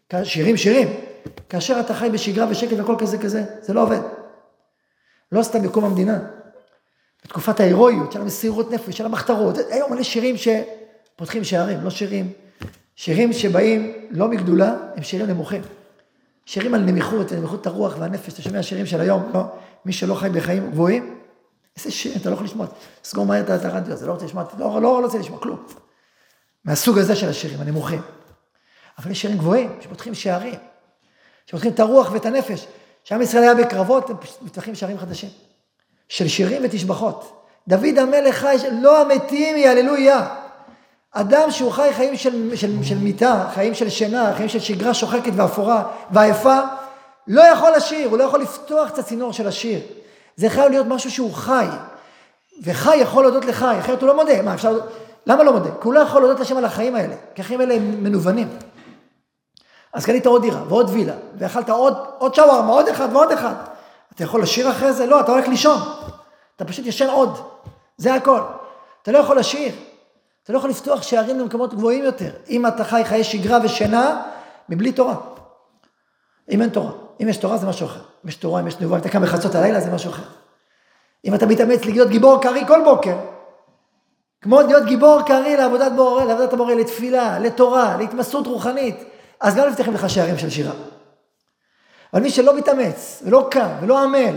כאשר אתה חי בשגרה ושקט וכל כזה, זה לא עובד. לא סתם בקום המדינה. בתקופת ההירואיות, של המסירות נפש, של המחתרות. היום מלא שירים שפותחים שערים, לא שירים שבאים לא מגדולה, הם שירים נמוכים. שירים על נמיכות הרוח והנפש. אתה שומע שירים של היום, לא, מי שלא חי בחיים גבוהים, איזה שיר, אתה לא יכול לשמוע. סגור מהר את הרדיו הזה, לא רוצה לשמוע, לא רוצה לשמוע כלום. מהסוג הזה של השירים, הנמוכים. אבל יש שירים גבוהים, שפותחים שערים, שפותחים את הרוח ואת הנפש. שעם ישראל היה בקרבות, הם מתפתחים שערים חדשים. של שירים ותשבחות. דוד המלך חי, לא המתים יהללויה. אדם שהוא חי חיים של מיטה, חיים של שינה, חיים של שגרה שוחקת ואפורה ועייפה, לא יכול לשיר, הוא לא יכול לפתוח את הצינור של השיר. זה חייב להיות משהו שהוא חי. וחי יכול להודות לחי, אחרת הוא לא מודה. למה לא מודה? כי הוא לא יכול להודות לשם על החיים האלה, כי החיים האלה הם מנוונים. אז קנית עוד דירה ועוד וילה, ואכלת עוד שווארמה, עוד אחד ועוד אחד. אתה יכול לשיר אחרי זה? לא, אתה הולך לישון. אתה פשוט ישן עוד. זה הכל. אתה לא יכול לשיר. אתה לא יכול לפתוח שערים למקומות גבוהים יותר. אם אתה חי חיי שגרה ושינה, מבלי תורה. אם אין תורה. אם יש תורה זה משהו אחר. אם יש תורה, אם יש נבואה, אם אתה קם בחצות הלילה זה משהו אחר. אם אתה מתאמץ להיות גיבור קרי כל בוקר, כמו להיות גיבור קרי לעבודת הבורא, לתפילה, לתורה, להתמסרות רוחנית, אז גם נפתחים לך שערים של שירה. אבל מי שלא מתאמץ, ולא קם, ולא עמל,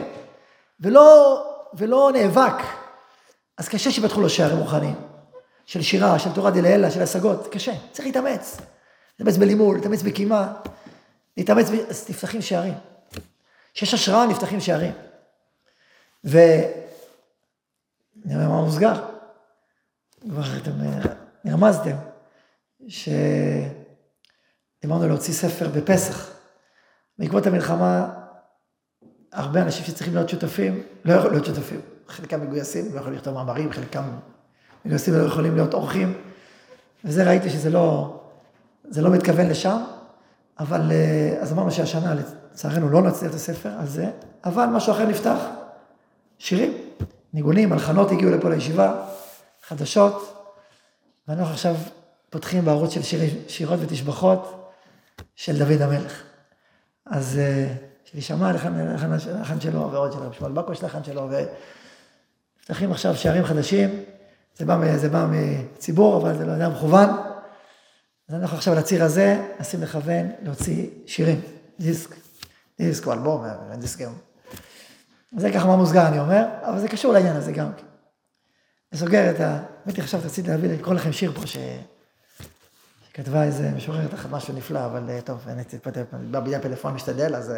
ולא נאבק, אז קשה שפתחו לו שערים רוחניים. של שירה, של תורה דלעילא, של השגות, קשה. צריך להתאמץ. להתאמץ בלימוד, להתאמץ בקימה, אז נפתחים שערים. שיש השראה, נפתחים שערים. נראה מה מוסגר. כבר אתם נרמזתם, דיברנו להוציא ספר בפסח. בעקבות המלחמה, הרבה אנשים שצריכים להיות שותפים, לא יכולים להיות שותפים. חלקם מגויסים, לא יכולים לכתוב מאמרים, חלקם מגויסים לא יכולים להיות אורחים. וזה ראיתי שזה לא מתכוון לשם, אבל אז אמרנו שהשנה, לצערנו, לא נוציא את הספר על זה, אבל משהו אחר נפתח. שירים, ניגונים, מלחנות הגיעו לפה לישיבה, חדשות, ואנחנו עכשיו פותחים בערוץ של שירות ותשבחות של דוד המלך. אז שלי שמע לחן שלו ועוד שלו, שמואל בקוש לחן שלו, ונפתחים עכשיו שערים חדשים, זה בא מציבור, אבל זה לא היה מכוון. אז אנחנו עכשיו על הציר הזה, נשים לכוון להוציא שירים, דיסק או אלבום, דיסקים. זה ככה מה מוסגר אני אומר, אבל זה קשור לעניין הזה גם. אני סוגר את האמת, עכשיו רציתי לקרוא לכם שיר פה, כתבה איזה משוררת אחת, משהו נפלא, אבל טוב, אני בא בידי הפלאפון משתדל, אז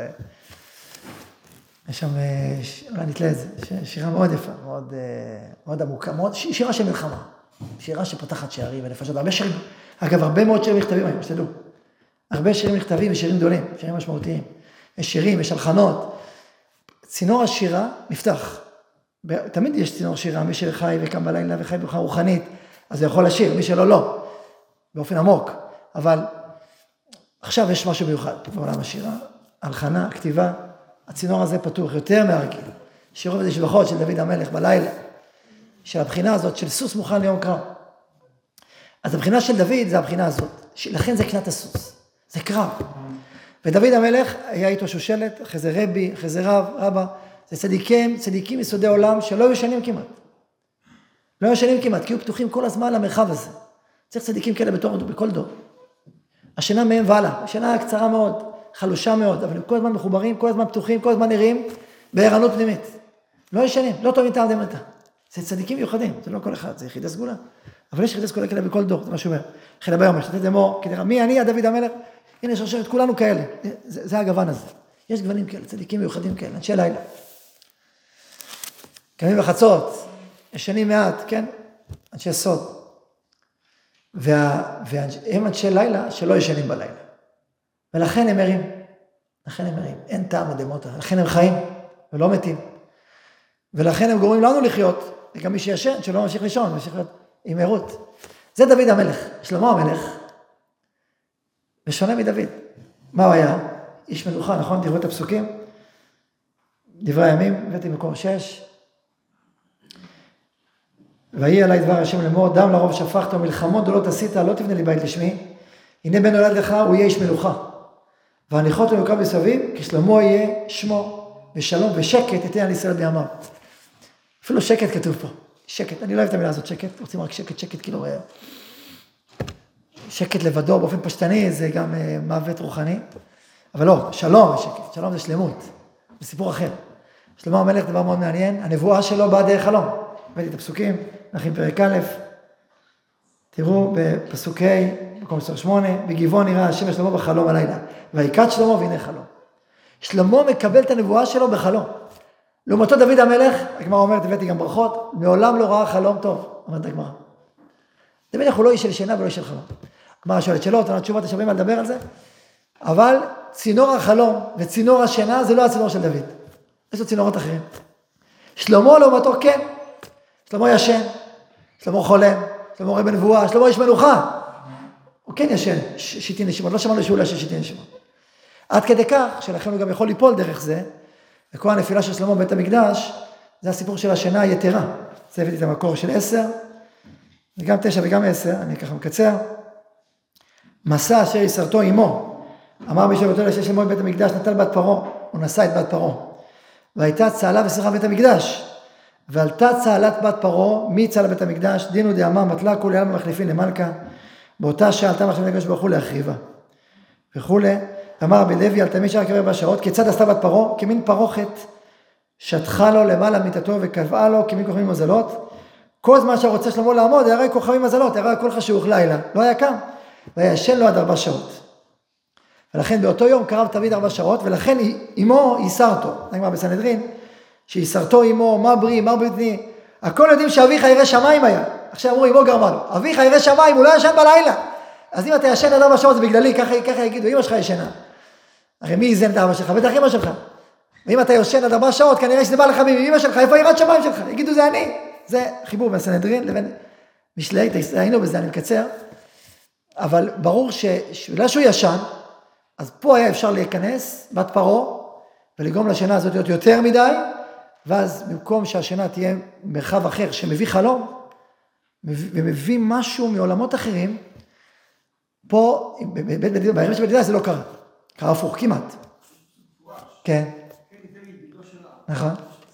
יש שם, אולי נתלה את זה, שירה מאוד יפה, מאוד עמוקה, שירה של מלחמה, שירה שפותחת שערים ונפשות, הרבה שירים, אגב, הרבה מאוד שירים נכתבים היום, שתדעו, הרבה שירים נכתבים ושירים גדולים, שירים משמעותיים, יש שירים, יש הלחנות, צינור השירה נפתח, תמיד יש צינור שירה, מי שחי וקם בלילה וחי בך רוחנית, אז הוא יכול לשיר, מי שלא לא, באופן עמוק, אבל עכשיו יש משהו מיוחד בעולם השירה, הלחנה, הכתיבה, הצינור הזה פתוח יותר מהרגיל, שירו וזה שבחות של דוד המלך בלילה, של הבחינה הזאת של סוס מוכן ליום קרב. אז הבחינה של דוד זה הבחינה הזאת, לכן זה קנת הסוס, זה קרב. ודוד המלך היה איתו שושלת, אחרי זה רבי, אחרי זה רבא, זה צדיקים יסודי עולם שלא ישנים כמעט. לא ישנים כמעט, כי היו פתוחים כל הזמן למרחב הזה. צריך צדיקים כאלה בכל דור. השינה מהם ועלה, השינה קצרה מאוד, חלושה מאוד, אבל הם כל הזמן מחוברים, כל הזמן פתוחים, כל הזמן נראים בערנות פנימית. לא ישנים, לא טוב מטעם דמתה. זה צדיקים מיוחדים, זה לא כל אחד, זה יחידי סגולה. אבל יש יחידי סגולה כאלה בכל דור, זה מה שאומר. חילה ביום, שתת דמו, כדי מי אני, דוד המלך? הנה שרשרת, כולנו כאלה. זה הגוון הזה. יש גוונים כאלה, צדיקים מיוחדים כאלה, אנשי לילה. קמים בחצות, ישנים מעט, כן? אנשי סוד. והם אנשי לילה שלא ישנים בלילה. ולכן הם ערים. לכן הם ערים. אין טעם לדמותה. לכן הם חיים ולא מתים. ולכן הם גורמים לנו לחיות. וגם מי שישן, שלא ממשיך לישון, ממשיך להיות עם ערות. זה דוד המלך. שלמה המלך. ושונה מדוד. מה הוא היה? איש מלוכה, נכון? תראו את הפסוקים. דברי הימים, הבאתי מקור 6. ויהי עלי דבר השם לאמור, דם לרוב שפכת ומלחמות גדולות עשית, לא תבנה לי בית לשמי. הנה בן נולד לך, הוא יהיה איש מלוכה. והניחות ומקרב מסביב, כשלמה יהיה שמו, ושלום ושקט יתן על ישראל בימיו. אפילו שקט כתוב פה. שקט, אני לא אוהב את המילה הזאת, שקט. רוצים רק שקט, שקט כאילו... שקט לבדו באופן פשטני, זה גם מוות רוחני. אבל לא, שלום ושקט. שלום זה שלמות. זה סיפור אחר. שלמה המלך דבר מאוד מעניין. הנבואה שלו באה דרך חלום. הבאתי את הפסוקים, נחים פרק א', תראו בפסוקי, מקום 8, בגבעון נראה השם שלמה בחלום הלילה, ויקץ שלמה והנה חלום. שלמה מקבל את הנבואה שלו בחלום. לעומתו דוד המלך, הגמרא אומרת, הבאתי גם ברכות, מעולם לא ראה חלום טוב, אומרת הגמרא. דוד המלך הוא לא איש של שינה ולא איש של חלום. הגמרא שואלת שאלות, עונה תשובות, השבים על לדבר על זה, אבל צינור החלום וצינור השינה זה לא הצינור של דוד. יש לו צינורות אחרים. שלמה לעומתו כן. שלמה ישן, שלמה חולם, שלמה רואה בנבואה, שלמה איש מלוכה. הוא כן ישן, שיטין נשימות, לא שמענו שהוא לא ישן שיטין נשימות. עד כדי כך, שלכן הוא גם יכול ליפול דרך זה, וכל הנפילה של שלמה בבית המקדש, זה הסיפור של השינה היתרה. זה הבאתי את המקור של 10, וגם 9 וגם 10, אני ככה מקצר. מסע אשר יסרתו עמו, אמר מי שבתו לשש שלמה בבית המקדש, נטל בת פרעה, הוא נשא את בת פרעה. והייתה צהלה ושמחה בבית המקדש. ועלתה צהלת בת פרעה מצהל בית המקדש, דינו דאמר מתלה כולי עלמא מחליפין למלכה, באותה שעה עלתה מחשב הקדוש ברוך הוא להחריבה. וכולי, אמר רבי לוי על תלמיד שער קבר בשעות, כיצד עשתה בת פרעה? כמין פרוכת, שטחה לו למעלה מיטתו וקבעה לו כמין כוכבים מזלות. כל זמן שרוצה שלמה לעמוד, היה רואה כוכבים מזלות, היה רואה כל חשוך לילה, לא היה קם, והיה ישן לו עד 4 שעות. ולכן באותו יום קרב דוד 4 שעות, ולכן אמו יסרתו, נאמר בסנהדרין, שיסרתו אמו, מה בריא, מה בטני, הכל יודעים שאביך ירא שמיים היה. עכשיו אמרו, אמו גרמה לו, אביך ירא שמיים, הוא לא ישן בלילה. אז אם אתה ישן עד 4 שעות זה בגללי, ככה יגידו, אמא שלך ישנה. הרי מי יזן את אבא שלך? בטח אמא שלך. ואם אתה ישן עד 4 שעות, כנראה שזה בא לך מאמא שלך, איפה יראת שמיים שלך? יגידו, זה אני. זה חיבור בין סנהדרין לבין משלי, היינו בזה, אני מקצר. אבל ברור שבגלל שהוא ישן, אז פה היה אפשר להיכנס, בת פרעה, ולגרום לשינה הזאת להיות יותר מדי, ואז במקום שהשינה תהיה מרחב אחר שמביא חלום, ומביא משהו מעולמות אחרים, פה, בערב של בדידה זה לא קרה. קרה הפוך, כמעט. כן. נכון.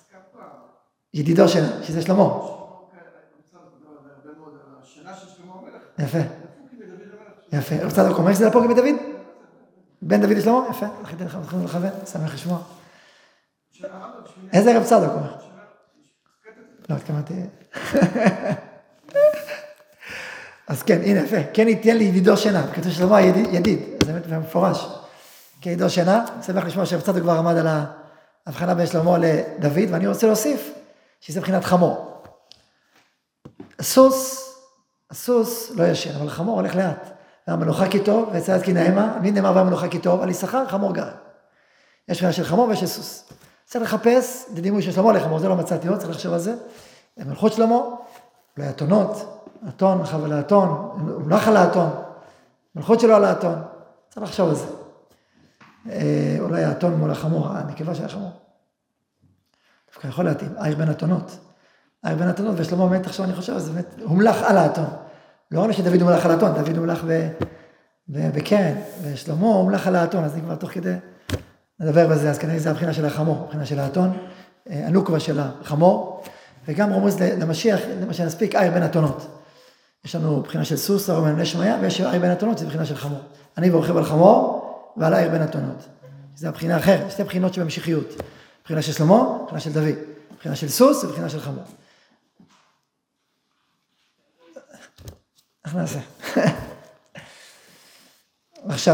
ידידו שלה, שזה שלמה. יפה. יפה. רב צדוק אומר שזה לפוגי בדוד? בן דוד לשלמה? יפה. לכן אנחנו לכוון, שמח לשמוע. איזה רב צדוק אומר? לא, התכוונתי. אז כן, הנה יפה, כן ייתן לי ידידו שינה, כתוב שלמה ידיד, זה באמת מפורש. כן ידידו שינה, שמח לשמוע שהרצת כבר עמד על ההבחנה בין שלמה לדוד, ואני רוצה להוסיף שזה מבחינת חמור. הסוס לא ישן, אבל חמור הולך לאט. והמנוחה כי טוב, ויצאת כי נעימה, מי נאמר והמנוחה כי טוב, על יששכר חמור גר. יש מבחינה של חמור ויש של סוס. צריך לחפש, זה דימוי של שלמה לחמור, זה לא מצאתי עוד, צריך לחשוב על זה. מלכות שלמה, אולי אתונות, אתון, חבל האתון, הוא נח על האתון, מלכות שלו על האתון, צריך לחשוב על זה. אולי האתון מול החמור, הנקבה של החמור. דווקא יכול להתאים, עיר בין אתונות. עיר בין אתונות, ושלמה באמת עכשיו אני חושב, זה באמת, הוא מלך על האתון. לא רק שדוד הוא מלך על האתון, דוד הוא מלך בקרן, ושלמה הוא מלך על האתון, אז אני כבר תוך כדי נדבר בזה, אז כנראה זה הבחינה של החמור, הבחינה של האתון, הנוקבה של החמור, וגם רמוז למשיח, למה שנספיק, עיר בין אתונות. יש לנו בחינה של סוס, הרוב בין שמיה, ויש עיר בין אתונות, זה בחינה של חמור. אני ורוכב על חמור, ועל עיר בין אתונות. זה הבחינה אחרת, שתי בחינות שבמשיחיות. בחינה של שלמה, בחינה של דוד. בחינה של סוס ובחינה של חמור. איך נעשה? עכשיו,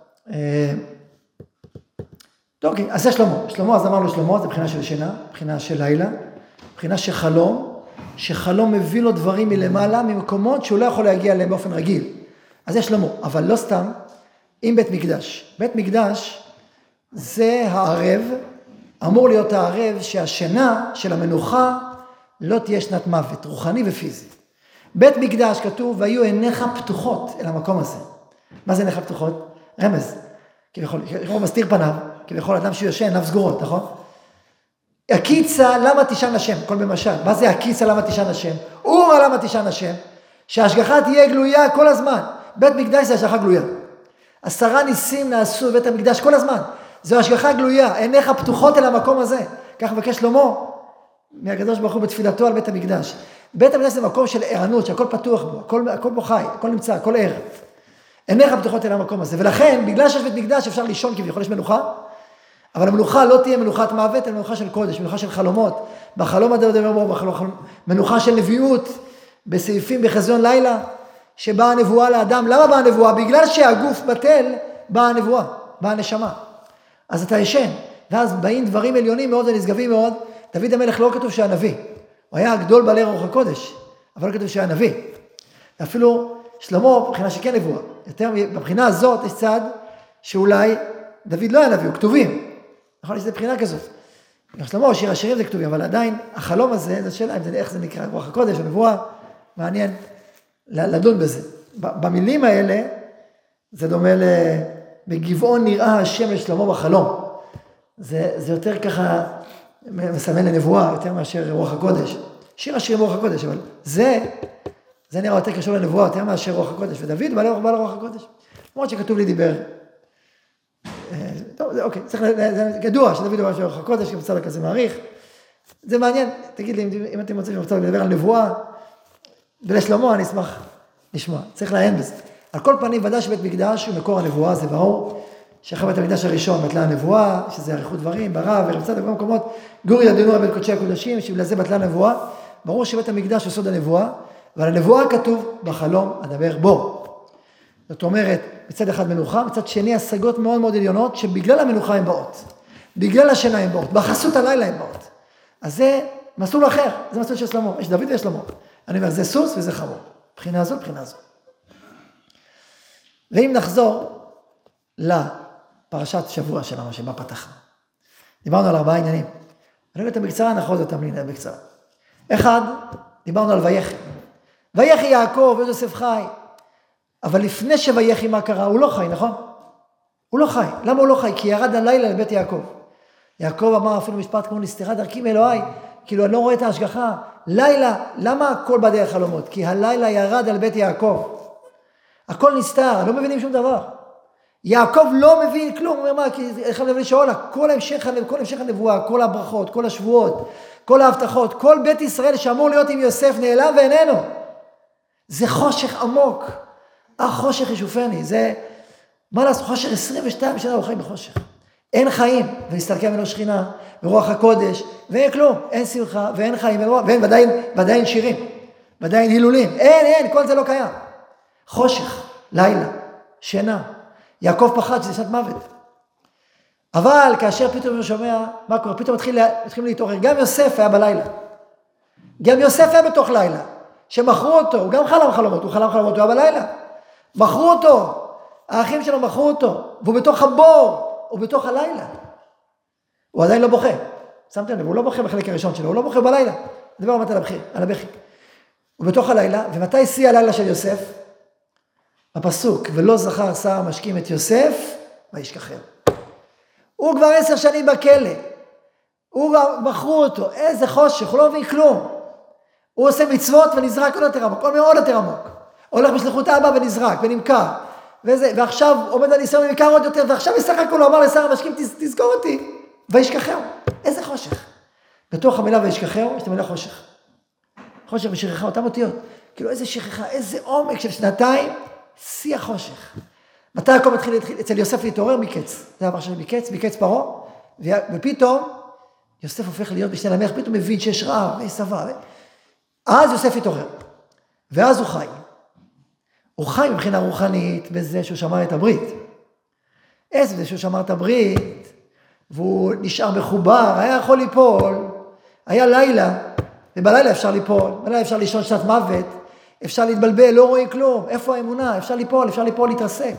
אוקיי, אז זה שלמה. שלמה, אז אמרנו שלמה, זה בחינה של שינה, בחינה של לילה, בחינה של חלום, שחלום מביא לו דברים מלמעלה, ממקומות שהוא לא יכול להגיע אליהם באופן רגיל. אז זה שלמה, אבל לא סתם, עם בית מקדש. בית מקדש זה הערב, אמור להיות הערב שהשינה של המנוחה לא תהיה שנת מוות, רוחני ופיזי. בית מקדש כתוב, והיו עיניך פתוחות אל המקום הזה. מה זה עיניך פתוחות? רמז. כביכול מסתיר פניו, כביכול אדם שיושן, עיניו סגורות, נכון? הקיצה, למה תישן השם? כל במשל. מה זה הקיצה, למה תישן השם? אורה, למה תישן השם? שההשגחה תהיה גלויה כל הזמן. בית מקדש זה השגחה גלויה. 10 ניסים נעשו בבית המקדש כל הזמן. זו השגחה גלויה, עיניך פתוחות אל המקום הזה. כך מבקש שלמה מהקדוש ברוך הוא בתפילתו על בית המקדש. בית המקדש זה מקום של ערנות, שהכל פתוח בו, הכל בו חי, הכל נמצא, הכל ער. עיניך פתוחות אל המקום הזה. ולכן, בגלל שיש בית מקדש אפשר לישון כביכול, יש מנוחה, אבל המנוחה לא תהיה מנוחת מוות, אלא מנוחה של קודש, מנוחה של חלומות. בחלום הדבר בו, מנוחה של נביאות, בסעיפים בחזיון לילה, שבאה הנבואה לאדם. למה באה הנבואה? בגלל שהגוף בטל, באה הנבואה, באה הנשמה. אז אתה ישן, ואז באים דברים עליונים מאוד ונשגבים מאוד. דוד המלך לא כתוב שהיה נביא, הוא היה הגדול בעלי רוח הקודש, אבל לא כתוב שהיה נביא. אפילו שלמה, מבחינה שכן נבואה. יותר מבחינה הזאת יש צד שאולי דוד לא היה נביא, הוא כתובים. נכון, יש בחינה כזאת. גם שלמה, שיר השירים זה כתובים, אבל עדיין החלום הזה, זו שאלה, איך זה נקרא, רוח הקודש, הנבואה, מעניין לדון בזה. במילים האלה, זה דומה בגבעון נראה השם לשלמה בחלום. זה יותר ככה מסמן לנבואה, יותר מאשר רוח הקודש. שיר השירים רוח הקודש, אבל זה נראה יותר קשור לנבואה, יותר מאשר רוח הקודש. ודוד בא לרוח הקודש. למרות שכתוב לי דיבר. טוב, אוקיי, זה ידוע שדוד בא לרוח הקודש, כי מצא כזה מעריך. זה מעניין, תגיד לי, אם אתם רוצים לדבר על נבואה, ולשלמה אני אשמח לשמוע. צריך לעיין בזה. על כל פנים, ודאי שבית מקדש הוא מקור הנבואה, זה ברור. שאחרי בית המקדש הראשון בטלה הנבואה, שזה אריכות דברים, ברב, ורמצא בכל מקומות, גורי ידענו בין קודשי הקודשים, שבגלל זה בטלה הנבואה. ברור שבית המקדש הוא סוד הנבואה, אבל הנבואה כתוב בחלום אדבר בו. זאת אומרת, מצד אחד מנוחה, מצד שני השגות מאוד מאוד עליונות, שבגלל המנוחה הן באות. בגלל השינה הן באות, בחסות הלילה הן באות. אז זה מסלול אחר, זה מסלול של שלמה, יש דוד ויש שלמה. אני אומר, זה סוס וזה חמור. בחינה זו, בחינה זו. ואם נחזור לפרשת שבוע שלנו, שבה פתחנו. דיברנו על 4 עניינים. אני אגיד את בקצרה, נחוז אותם לעניין בקצרה. אחד, דיברנו על ויחי. ויחי יעקב ויוסף חי. אבל לפני שויחי מה קרה? הוא לא חי, נכון? הוא לא חי. למה הוא לא חי? כי ירד הלילה לבית יעקב. יעקב אמר אפילו משפט כמו נסתרה דרכי מאלוהי, כאילו אני לא רואה את ההשגחה. לילה, למה הכל בדרך חלומות? כי הלילה ירד על בית יעקב. הכל נסתר, לא מבינים שום דבר. יעקב לא מבין כלום, הוא אומר מה, כי אחד לבני שאול, כל המשך הנבואה, כל הברכות, כל השבועות, כל ההבטחות, כל בית ישראל שאמור להיות עם יוסף נעלם ואיננו. זה חושך עמוק. החושך ישופני, זה, מה לעשות, חושך 22 שנה הוא חי בחושך. אין חיים, ונסתלקה ממנו שכינה, ורוח הקודש, ואין כלום, אין שמחה, ואין חיים, ואין ודאי שירים, ודאי הילולים, אין, כל זה לא קיים. חושך, לילה, שינה. יעקב פחד שזה שעת מוות. אבל כאשר פתאום הוא שומע, מה קורה? פתאום מתחילים להתעורר. גם יוסף היה בלילה. גם יוסף היה בתוך לילה. שמכרו אותו, הוא גם חלם חלומות, הוא היה בלילה. מכרו אותו, האחים שלו מכרו אותו, והוא בתוך הבור, הוא בתוך הלילה. הוא עדיין לא בוכה. שמתם לב, הוא לא בוכה בחלק הראשון שלו, הוא לא בוכה בלילה. נדבר באמת על הבכי. הוא בתוך הלילה, ומתי שיא הלילה של יוסף? הפסוק, ולא זכר שר המשקים את יוסף, וישכחהו. הוא כבר 10 שנים בכלא. הוא מכרו אותו, איזה חושך, הוא לא מבין כלום. הוא עושה מצוות ונזרק עוד יותר עמוק, עוד יותר עמוק. הולך בשליחות אבא ונזרק ונמכר. ועכשיו עומד על ניסיון ונמכר עוד יותר, ועכשיו בסך הכל הוא אמר לשר המשקים, תזכור אותי, וישכחהו. איזה חושך. בתוך המילה וישכחהו, יש את המילה חושך. חושך ושכחה, אותם אותיות. כאילו איזה שכחה, איזה עומק של 2 שיא החושך. מתי הכל מתחיל אצל יוסף להתעורר? מקץ. זה דבר של מקץ פרעה, ופתאום יוסף הופך להיות משנה למלך, פתאום מבין שיש רעב ושבע. אז יוסף התעורר, ואז הוא חי. הוא חי מבחינה רוחנית בזה שהוא שמר את הברית. איזה זה שהוא שמר את הברית, והוא נשאר מחובר, היה יכול ליפול, היה לילה, ובלילה אפשר ליפול, בלילה אפשר לישון שעת מוות, אפשר להתבלבל, לא רואים כלום, איפה האמונה? אפשר ליפול, להתרסק.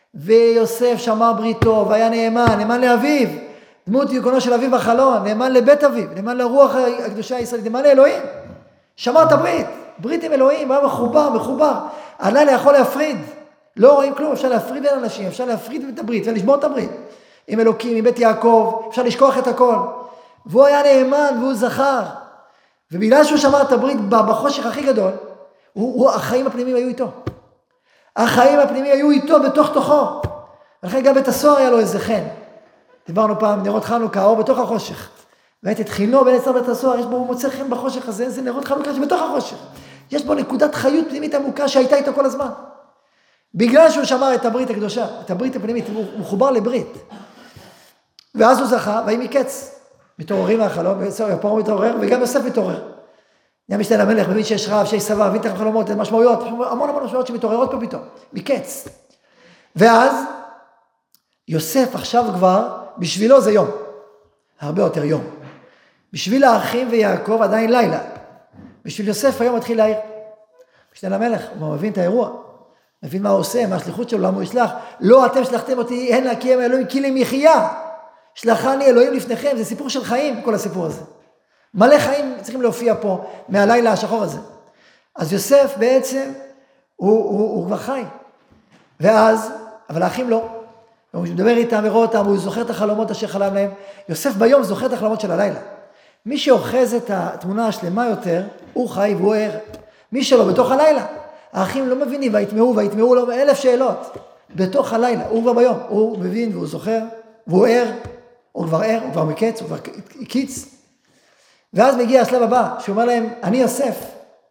ויוסף שמר בריתו, והיה נאמן לאביו, דמות יוקונו של אביו בחלון, נאמן לבית אביו, נאמן לרוח הקדושה הישראלית, נאמן לאלוהים. שמר את הברית, ברית עם אלוהים, היה מחובר. הלילה יכול להפריד, לא רואים כלום, אפשר להפריד בין אנשים, אפשר להפריד את הברית, אפשר לשבור את הברית. עם אלוקים, עם בית יעקב, אפשר לשכוח את הכל. והוא היה נאמן והוא זכר. ובגלל שהוא שמר את הברית בחושך הכי גדול, החיים הפנימיים היו איתו. החיים הפנימיים היו איתו בתוך תוכו. ולכן גם בית הסוהר היה לו איזה חן. דיברנו פעם, נרות חנוכה, האור בתוך החושך. ואת התחינו בין יצר בית הסוהר, הוא מוצא חן בחושך הזה, זה נרות חנוכה שבתוך החושך. יש בו נקודת חיות פנימית עמוקה שהייתה איתו כל הזמן. בגלל שהוא שמר את הברית הקדושה, את הברית הפנימית, הוא מחובר לברית. ואז הוא זכה, ויהי מקץ. מתעוררים מהחלום, פרעה מתעורר, וגם יוסף מתעורר. נהיה משנה למלך, מבין שיש רעב, שיש שבע, מבין את החלומות, משמעויות, המון משמעויות שמתעוררות פה פתאום, מקץ. ואז, יוסף עכשיו כבר, בשבילו זה יום. הרבה יותר יום. בשביל האחים ויעקב עדיין לילה. בשביל יוסף היום מתחיל להעיר. משנה למלך, הוא מבין את האירוע. מבין מה הוא עושה, מה השליחות שלו, למה הוא ישלח. לא אתם שלחתם אותי, הנה כי הם אלוהים, כי לי מחיה. שלחני אלוהים לפניכם, זה סיפור של חיים, כל הסיפור הזה. מלא חיים צריכים להופיע פה, מהלילה השחור הזה. אז יוסף בעצם, הוא כבר חי. ואז, אבל האחים לא. הוא מדבר איתם ורואה אותם, הוא זוכר את החלומות אשר חלם להם. יוסף ביום זוכר את החלומות של הלילה. מי שאוחז את התמונה השלמה יותר, הוא חי והוא ער. מי שלא, בתוך הלילה. האחים לא מבינים, ויתמהו לו 1000 שאלות. בתוך הלילה, הוא כבר ביום. הוא מבין והוא זוכר, והוא ער. הוא כבר ער, הוא כבר מקץ, הוא כבר הקיץ. ואז מגיע השלב הבא, שהוא אומר להם, אני יוסף.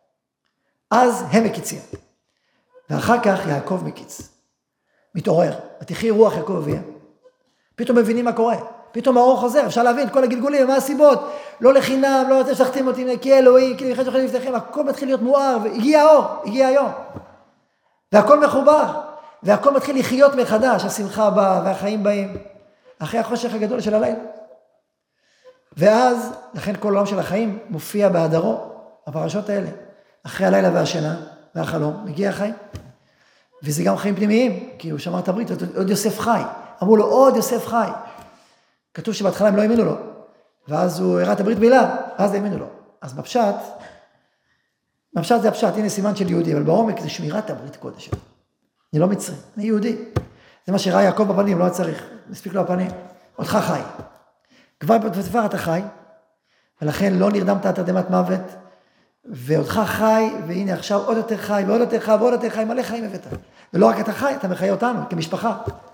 אז הם מקיצים. ואחר כך יעקב מקיץ. מתעורר. ותחי רוח יעקב אביה. פתאום מבינים מה קורה. פתאום האור חוזר, אפשר להבין את כל הגלגולים, מה הסיבות. לא לחינם, לא רוצה שתחתים אותי, כי אלוהים, כי לכן שוכלים לפניכם, הכל מתחיל להיות מואר, והגיע האור, הגיע היום. והכל מחובר, והכל מתחיל לחיות מחדש, השמחה באה, והחיים באים. אחרי החושך הגדול של הלילה. ואז, לכן כל העולם של החיים מופיע בהדרו, הפרשות האלה. אחרי הלילה והשינה, והחלום, מגיע החיים. וזה גם חיים פנימיים, כי הוא שמר את הברית, עוד יוסף חי. אמרו לו, עוד יוסף חי. כתוב שבהתחלה הם לא האמינו לו. ואז הוא הראה את הברית מילה, אז האמינו לו. אז בפשט זה הפשט, הנה סימן של יהודי, אבל בעומק זה שמירת הברית קודש שלו. אני לא מצרי, אני יהודי. זה מה שראה יעקב בפנים, לא היה צריך, מספיק לו הפנים. אותך חי. כבר בתפאר אתה חי, ולכן לא נרדמת תרדמת מוות, ואותך חי, והנה עכשיו עוד יותר חי, ועוד יותר חי, ועוד יותר חי, מלא חיים הבאת. ולא רק אתה חי, אתה מחיה אותנו, כמשפחה.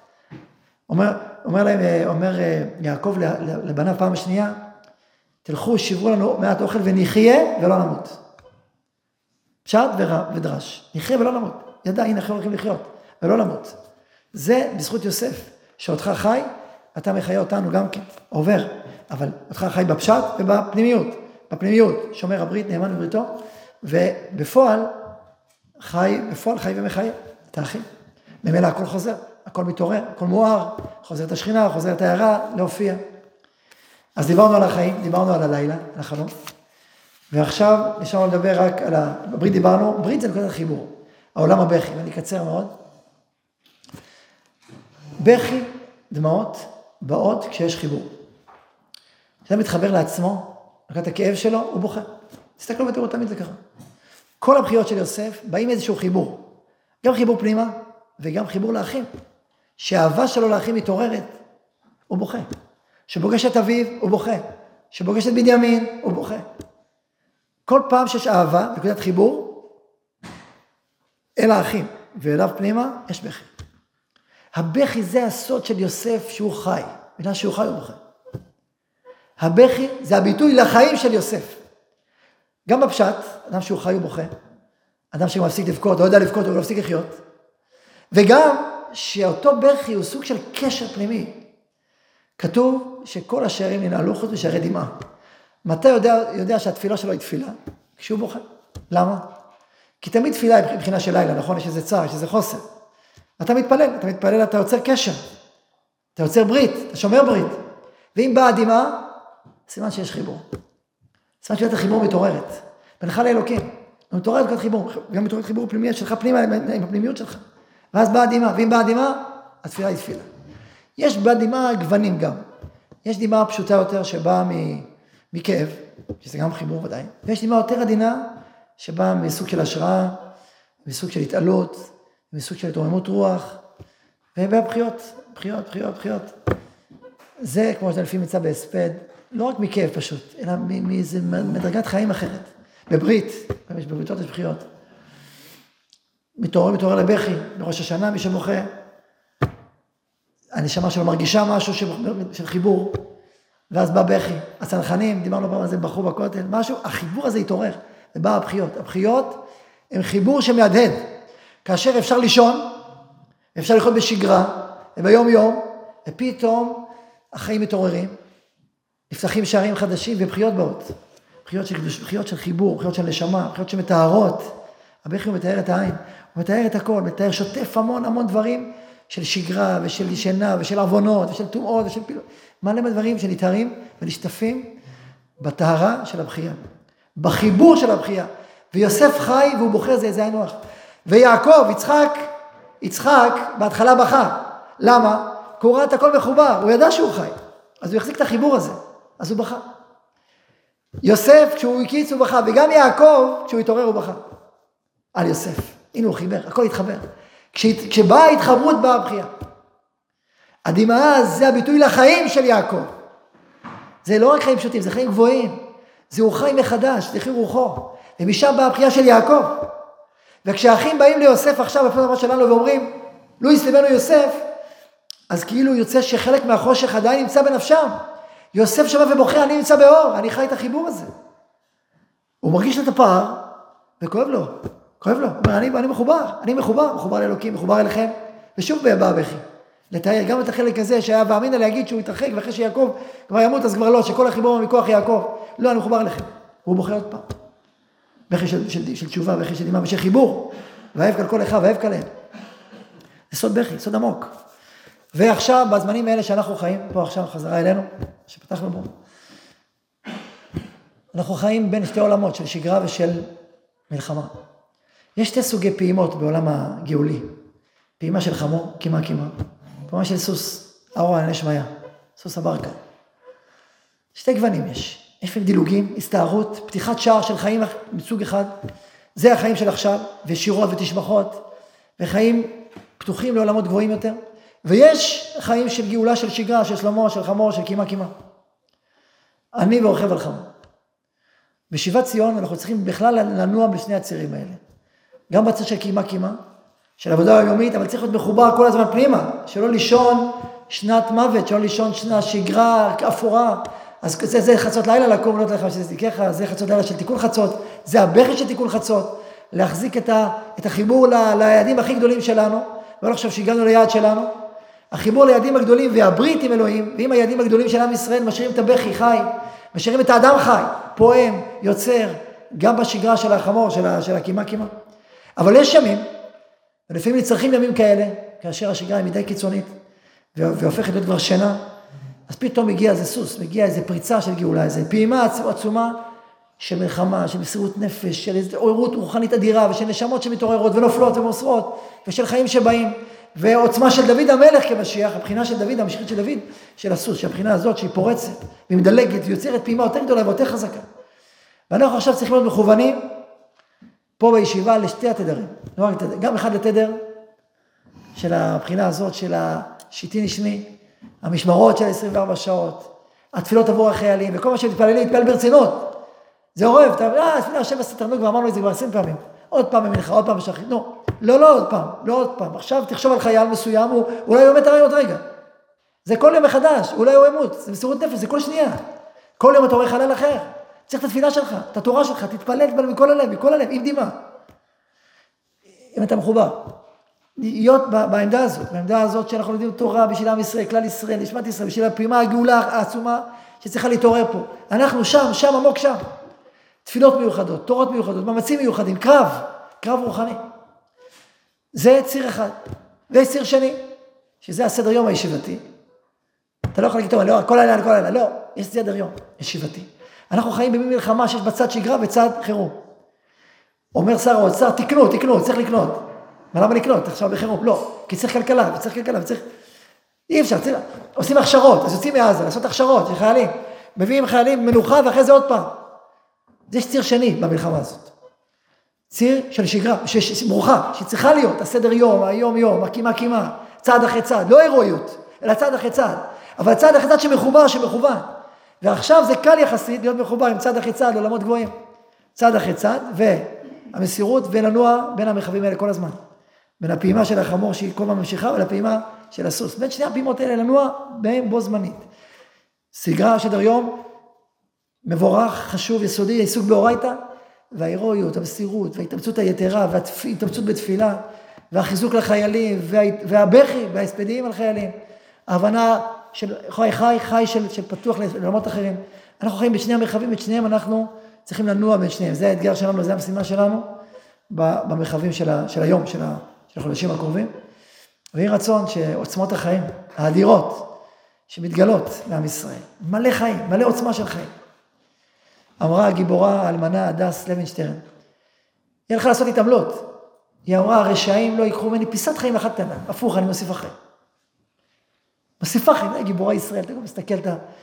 אומר יעקב לבניו פעם השנייה, תלכו, שברו לנו מעט אוכל ונחיה ולא נמות. פשט ודרש, נחיה ולא נמות. ידע, הנה אנחנו הולכים לחיות, ולא נמות. זה בזכות יוסף, שאותך חי, אתה מחיה אותנו גם כן, עובר. אבל אותך חי בפשט ובפנימיות. בפנימיות, שומר הברית, נאמן בבריתו, ובפועל, חי, בפועל חי ומחיה, את האחים. ממילא הכל חוזר, הכל מתעורר, הכל מואר, חוזר את השכינה, חוזר את העיירה, להופיע. אז דיברנו על החיים, דיברנו על הלילה, על החלום, ועכשיו נשארנו לדבר רק על הברית דיברנו, ברית זה נקודת החיבור, העולם הבכי, ואני אקצר מאוד. בכי, דמעות, באות כשיש חיבור. כשאתה מתחבר לעצמו, נקודת הכאב שלו, הוא בוכה. תסתכלו ותראו, תמיד זה ככה. כל הבחיות של יוסף באים איזשהו חיבור. גם חיבור פנימה וגם חיבור לאחים. שהאהבה שלו לאחים מתעוררת, הוא בוכה. שפוגש את אביו, הוא בוכה. שפוגש את בנימין, הוא בוכה. כל פעם שיש אהבה, נקודת חיבור, אל האחים ואליו פנימה, יש בכי. הבכי זה הסוד של יוסף שהוא חי. בגלל שהוא חי הוא בוכה. הבכי זה הביטוי לחיים של יוסף. גם בפשט, אדם שהוא חי הוא בוכה. אדם שמפסיק לבכות, לא יודע לבכות, הוא לא מפסיק לחיות. וגם שאותו בכי הוא סוג של קשר פנימי. כתוב שכל השערים ינעלו חוץ בשערי דמעה. מתי יודע שהתפילה שלו היא תפילה? כשהוא בוכה. למה? כי תמיד תפילה היא מבחינה של לילה, נכון? יש איזה צער, יש איזה חוסר. אתה מתפלל, אתה יוצר קשר. אתה יוצר ברית, אתה שומר ברית. ואם באה הדמעה, סימן שיש חיבור. סימן שאלת החיבור מתעוררת. בינך לאלוקים. מתעוררת כל חיבור. גם מתעוררת חיבור פנימי שלך פנימה עם הפנימיות שלך. ואז באה הדמעה. ואם באה הדמעה, התפילה היא תפילה. יש בדמעה גוונים גם. יש דמעה פשוטה יותר שבאה מכאב, שזה גם חיבור ודאי. ויש דמעה יותר עדינה שבאה מסוג של השראה, מסוג של התעלות, מסוג של התרוממות רוח. ובבחיות, בחיות. זה כמו שזה לפעמים יצא בהספד, לא רק מכאב פשוט, אלא מאיזה מדרגת חיים אחרת. בברית, בבריתות יש בחיות. מתעורר לבכי, בראש השנה מי שבוכה. הנשמה שלו מרגישה משהו של חיבור, ואז בא בכי. הצנחנים, דיברנו פעם על זה, בחרו בכותל, משהו, החיבור הזה התעורר, ובא הבחיות. הבחיות הם חיבור שמהדהד. כאשר אפשר לישון, אפשר לחיות בשגרה, וביום יום, ופתאום החיים מתעוררים, נפתחים שערים חדשים ובחיות באות. בחיות של חיבור, בחיות של נשמה, בחיות שמתארות. הבכי הוא מתאר את העין, הוא מתאר את הכל, מתאר שוטף המון דברים של שגרה ושל שינה ושל עוונות ושל טומאות ושל פעילות. מלא דברים שנתארים ונשטפים בטהרה של הבחייה, בחיבור של הבחייה. ויוסף חי והוא בוחר זה היינו הך. ויעקב, יצחק בהתחלה בכה. למה? כי הוא ראה את הכל מחובר, הוא ידע שהוא חי. אז הוא יחזיק את החיבור הזה, אז הוא בכה. יוסף, כשהוא הקיץ הוא בכה, וגם יעקב, כשהוא התעורר הוא בכה. על יוסף. הנה הוא חיבר, הכל התחבר. כשבאה ההתחברות באה הבחייה. הדמעה זה הביטוי לחיים של יעקב. זה לא רק חיים פשוטים, זה חיים גבוהים. זהו חי מחדש, זה חי רוחו. ומשם באה הבחייה של יעקב. וכשהאחים באים ליוסף עכשיו, בפני דבר שלנו, ואומרים, לו יסלבנו יוסף, אז כאילו יוצא שחלק מהחושך עדיין נמצא בנפשם. יוסף שומע ובוכה, אני נמצא באור, אני חי את החיבור הזה. הוא מרגיש את הפער, וכואב לו. הוא אומר, אני מחובר לאלוקים, מחובר אליכם, ושוב בא הבכי. לתאר גם את החלק הזה שהיה ואמינה להגיד שהוא יתרחק, ואחרי שיעקב כבר ימות, אז כבר לא, שכל החיבור מכוח יעקב. לא, אני מחובר אליכם. והוא בוכה עוד פעם. בכי של תשובה, בכי של דמעה, ושל חיבור. ואהב כל אחיו, ואהב כלהם. זה סוד בכי, סוד עמוק. ועכשיו, בזמנים האלה שאנחנו חיים, פה עכשיו חזרה אלינו, שפתחנו בו, אנחנו חיים בין שתי עולמות של שגרה ושל מלחמה. יש שתי סוגי פעימות בעולם הגאולי. פעימה של חמור, קימה. פעימה של סוס, ארוע הנשמיה, סוס הברקה. שתי גוונים יש. יש פעמים דילוגים, הסתערות, פתיחת שער של חיים מסוג אחד. זה החיים של עכשיו, ושירות ותשבחות, וחיים פתוחים לעולמות גבוהים יותר. ויש חיים של גאולה, של שגרה, של שלמה, של חמור, של קימה. אני ורוכב על חמור. בשיבת ציון אנחנו צריכים בכלל לנוע בשני הצירים האלה. גם בצד של קימה, של עבודה יומית, אבל צריך להיות מחובר כל הזמן פנימה, שלא לישון שנת מוות, שלא לישון שנת שגרה, אפורה. אז זה חצות לילה לקום, לא תלך שזה תיקחה, זה חצות לילה של תיקון חצות, זה הבכי של תיקון חצות, להחזיק את החיבור ליעדים הכי גדולים שלנו, ולא לחשוב שהגענו ליעד שלנו, החיבור ליעדים הגדולים והברית עם אלוהים, ועם היעדים הגדולים של עם ישראל, משאירים את הבכי חי, משאירים את האדם חי, פועם, יוצר, גם בשגרה של החמור, של הקימה. אבל יש ימים, ולפעמים נצטרכים ימים כאלה, כאשר השגרה היא מדי קיצונית, והופכת להיות כבר שינה, אז פתאום מגיע איזה סוס, מגיע איזה פריצה של גאולה, איזה פעימה עצומה של מלחמה, של מסירות נפש, של עוררות רוחנית אדירה, ושל נשמות שמתעוררות ונופלות ומוסרות, ושל חיים שבאים, ועוצמה של דוד המלך כמשיח, הבחינה של דוד, המשיחית של דוד, של הסוס, שהבחינה הזאת שהיא פורצת, והיא מדלגת, ויוצרת פעימה יותר גדולה ויותר חזקה. ואנחנו עכשיו צריכים להיות מכוונים, פה בישיבה לשתי התדרים, גם אחד לתדר, של הבחינה הזאת, של השיטין נשמי, המשמרות של 24 שעות, התפילות עבור החיילים, וכל מה שמתפללים, להתפלל ברצינות. זה עורב, אתה אומר, תפילה השם עשה תענוג, ואמרנו את זה כבר 20 פעמים. עוד פעם במנחה, עוד פעם בשחרית. לא עוד פעם, לא עוד פעם. עכשיו תחשוב על חייל מסוים, אולי הוא ימת הרי עוד רגע. זה כל יום מחדש, אולי הוא ימות, זה מסירות נפש, זה כל שנייה. כל יום אתה רואה חלל אחר. צריך את התפילה שלך, את התורה שלך, תתפלל מכל הלב, עם דמעה. אם אתה מחובר. להיות בעמדה הזאת שאנחנו לומדים תורה בשביל עם ישראל, כלל ישראל, נשמת ישראל, בשביל הפעימה הגאולה העצומה שצריכה להתעורר פה. אנחנו שם, עמוק שם. תפילות מיוחדות, תורות מיוחדות, מאמצים מיוחדים, קרב רוחני. זה ציר אחד. ויש ציר שני, שזה הסדר יום הישיבתי. אתה לא יכול להגיד, לא, כל הלילה, לא, יש סדר יום ישיבתי. אנחנו חיים בימי מלחמה שיש בצד שגרה וצד חירום. אומר שר האוצר, תקנו, צריך לקנות. מה למה לקנות? עכשיו בחירום. לא, כי צריך כלכלה, וצריך... אי אפשר, עושים הכשרות, אז יוצאים מעזה, לעשות הכשרות של חיילים. מביאים חיילים מנוחה ואחרי זה עוד פעם. יש ציר שני במלחמה הזאת. ציר של שגרה, ברוכה, שצריכה להיות, הסדר יום, היום, הקימה, צעד אחרי צעד, לא הירואיות, אלא צעד אחרי צעד. אבל צעד אחרי צעד שמכוון. ועכשיו זה קל יחסית להיות מחובר עם צעד אחרי צעד, עולמות גבוהים. צעד אחרי צעד, והמסירות ולנוע בין המרחבים האלה כל הזמן. בין הפעימה של החמור שהיא כל הזמן ממשיכה, ולפעימה של הסוס. בין שני הפעימות האלה לנוע בהם בו זמנית. סגרה, שדר יום, מבורך, חשוב, יסודי, עיסוק באורייתא, וההירואיות, המסירות, וההתאמצות היתרה, וההתאמצות בתפילה, והחיזוק לחיילים, והבכי, וההספדים על חיילים. ההבנה של חי של פתוח לעולמות אחרים. אנחנו חיים בשני המרחבים, את שניהם אנחנו צריכים לנוע בין שניהם. זה האתגר שלנו, זה המשימה שלנו, במרחבים של היום, של החודשים הקרובים. ויהי רצון שעוצמות החיים, האדירות, שמתגלות לעם ישראל, מלא חיים, מלא עוצמה של חיים. אמרה הגיבורה האלמנה הדס לוינשטרן, יהיה לך לעשות התעמלות. היא אמרה, הרשעים לא ייקחו ממני פיסת חיים אחת קטנה, הפוך, אני מוסיפה חיים. מוסיפה חיים, גיבורה ישראל, אתה גם מסתכל,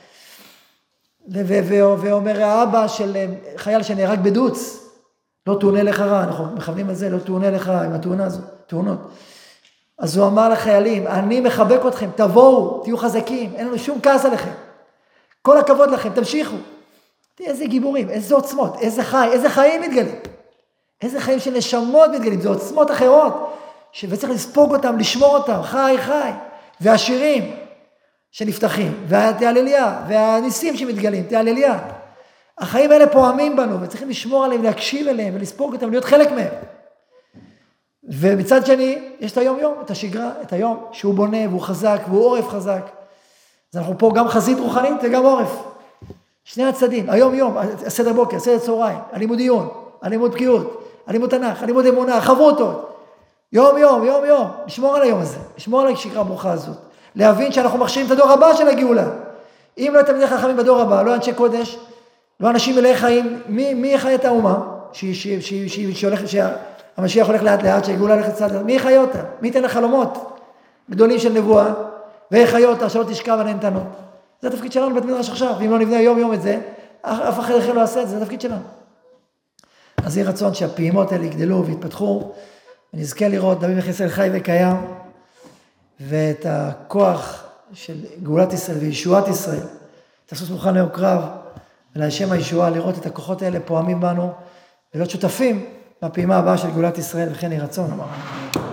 ואומר האבא של חייל שנהרג בדוץ, לא תאונה לך רע, אנחנו מכוונים על זה, לא תאונה לך עם התאונה הזאת, תאונות. אז הוא אמר לחיילים, אני מחבק אתכם, תבואו, תהיו חזקים, אין לנו שום כעס עליכם. כל הכבוד לכם, תמשיכו. איזה גיבורים, איזה עוצמות, איזה חיים מתגלים. איזה חיים של נשמות מתגלים, זה עוצמות אחרות, וצריך לספוג אותם, לשמור אותם, חי. והשירים שנפתחים, והתהלליה, והניסים שמתגלים, תהלליה. החיים האלה פועמים בנו, וצריכים לשמור עליהם, להקשיב אליהם, ולספוג אותם, להיות חלק מהם. ומצד שני, יש את היום-יום, את השגרה, את היום, שהוא בונה, והוא חזק, והוא עורף חזק. אז אנחנו פה גם חזית רוחנית וגם עורף. שני הצדדים, היום-יום, הסדר בוקר, הסדר צהריים, הלימוד עיון, הלימוד בקיאות, הלימוד תנ"ך, הלימוד אמונה, חברותות. יום-יום, לשמור על היום הזה, לשמור על השגרה הברוכה הזאת. להבין שאנחנו מכשירים את הדור הבא של הגאולה. אם לא תלמידי חכמים בדור הבא, לא אנשי קודש, לא אנשים מלאי חיים, מי יחיה את האומה? שהמשיח הולך לאט, שהגאולה הולכת צד, מי יחיה אותה? מי ייתן לה חלומות גדולים של נבואה, ויחיה אותה, שלא תשכב עליהן תנות. זה התפקיד שלנו בית מדרש עכשיו, ואם לא נבנה יום את זה, אף אחד אחר לא יעשה את זה, זה התפקיד שלנו. אז יהיה רצון שהפעימות האלה יגדלו ויתפתחו, ונזכה לראות דוד מלך ישראל חי וקיים, ואת הכוח של גאולת ישראל וישועת ישראל, תעשו מוכן ליום קרב, ולשם הישועה לראות את הכוחות האלה פועמים בנו, ולהיות שותפים בפעימה הבאה של גאולת ישראל, וכן יהיה רצון.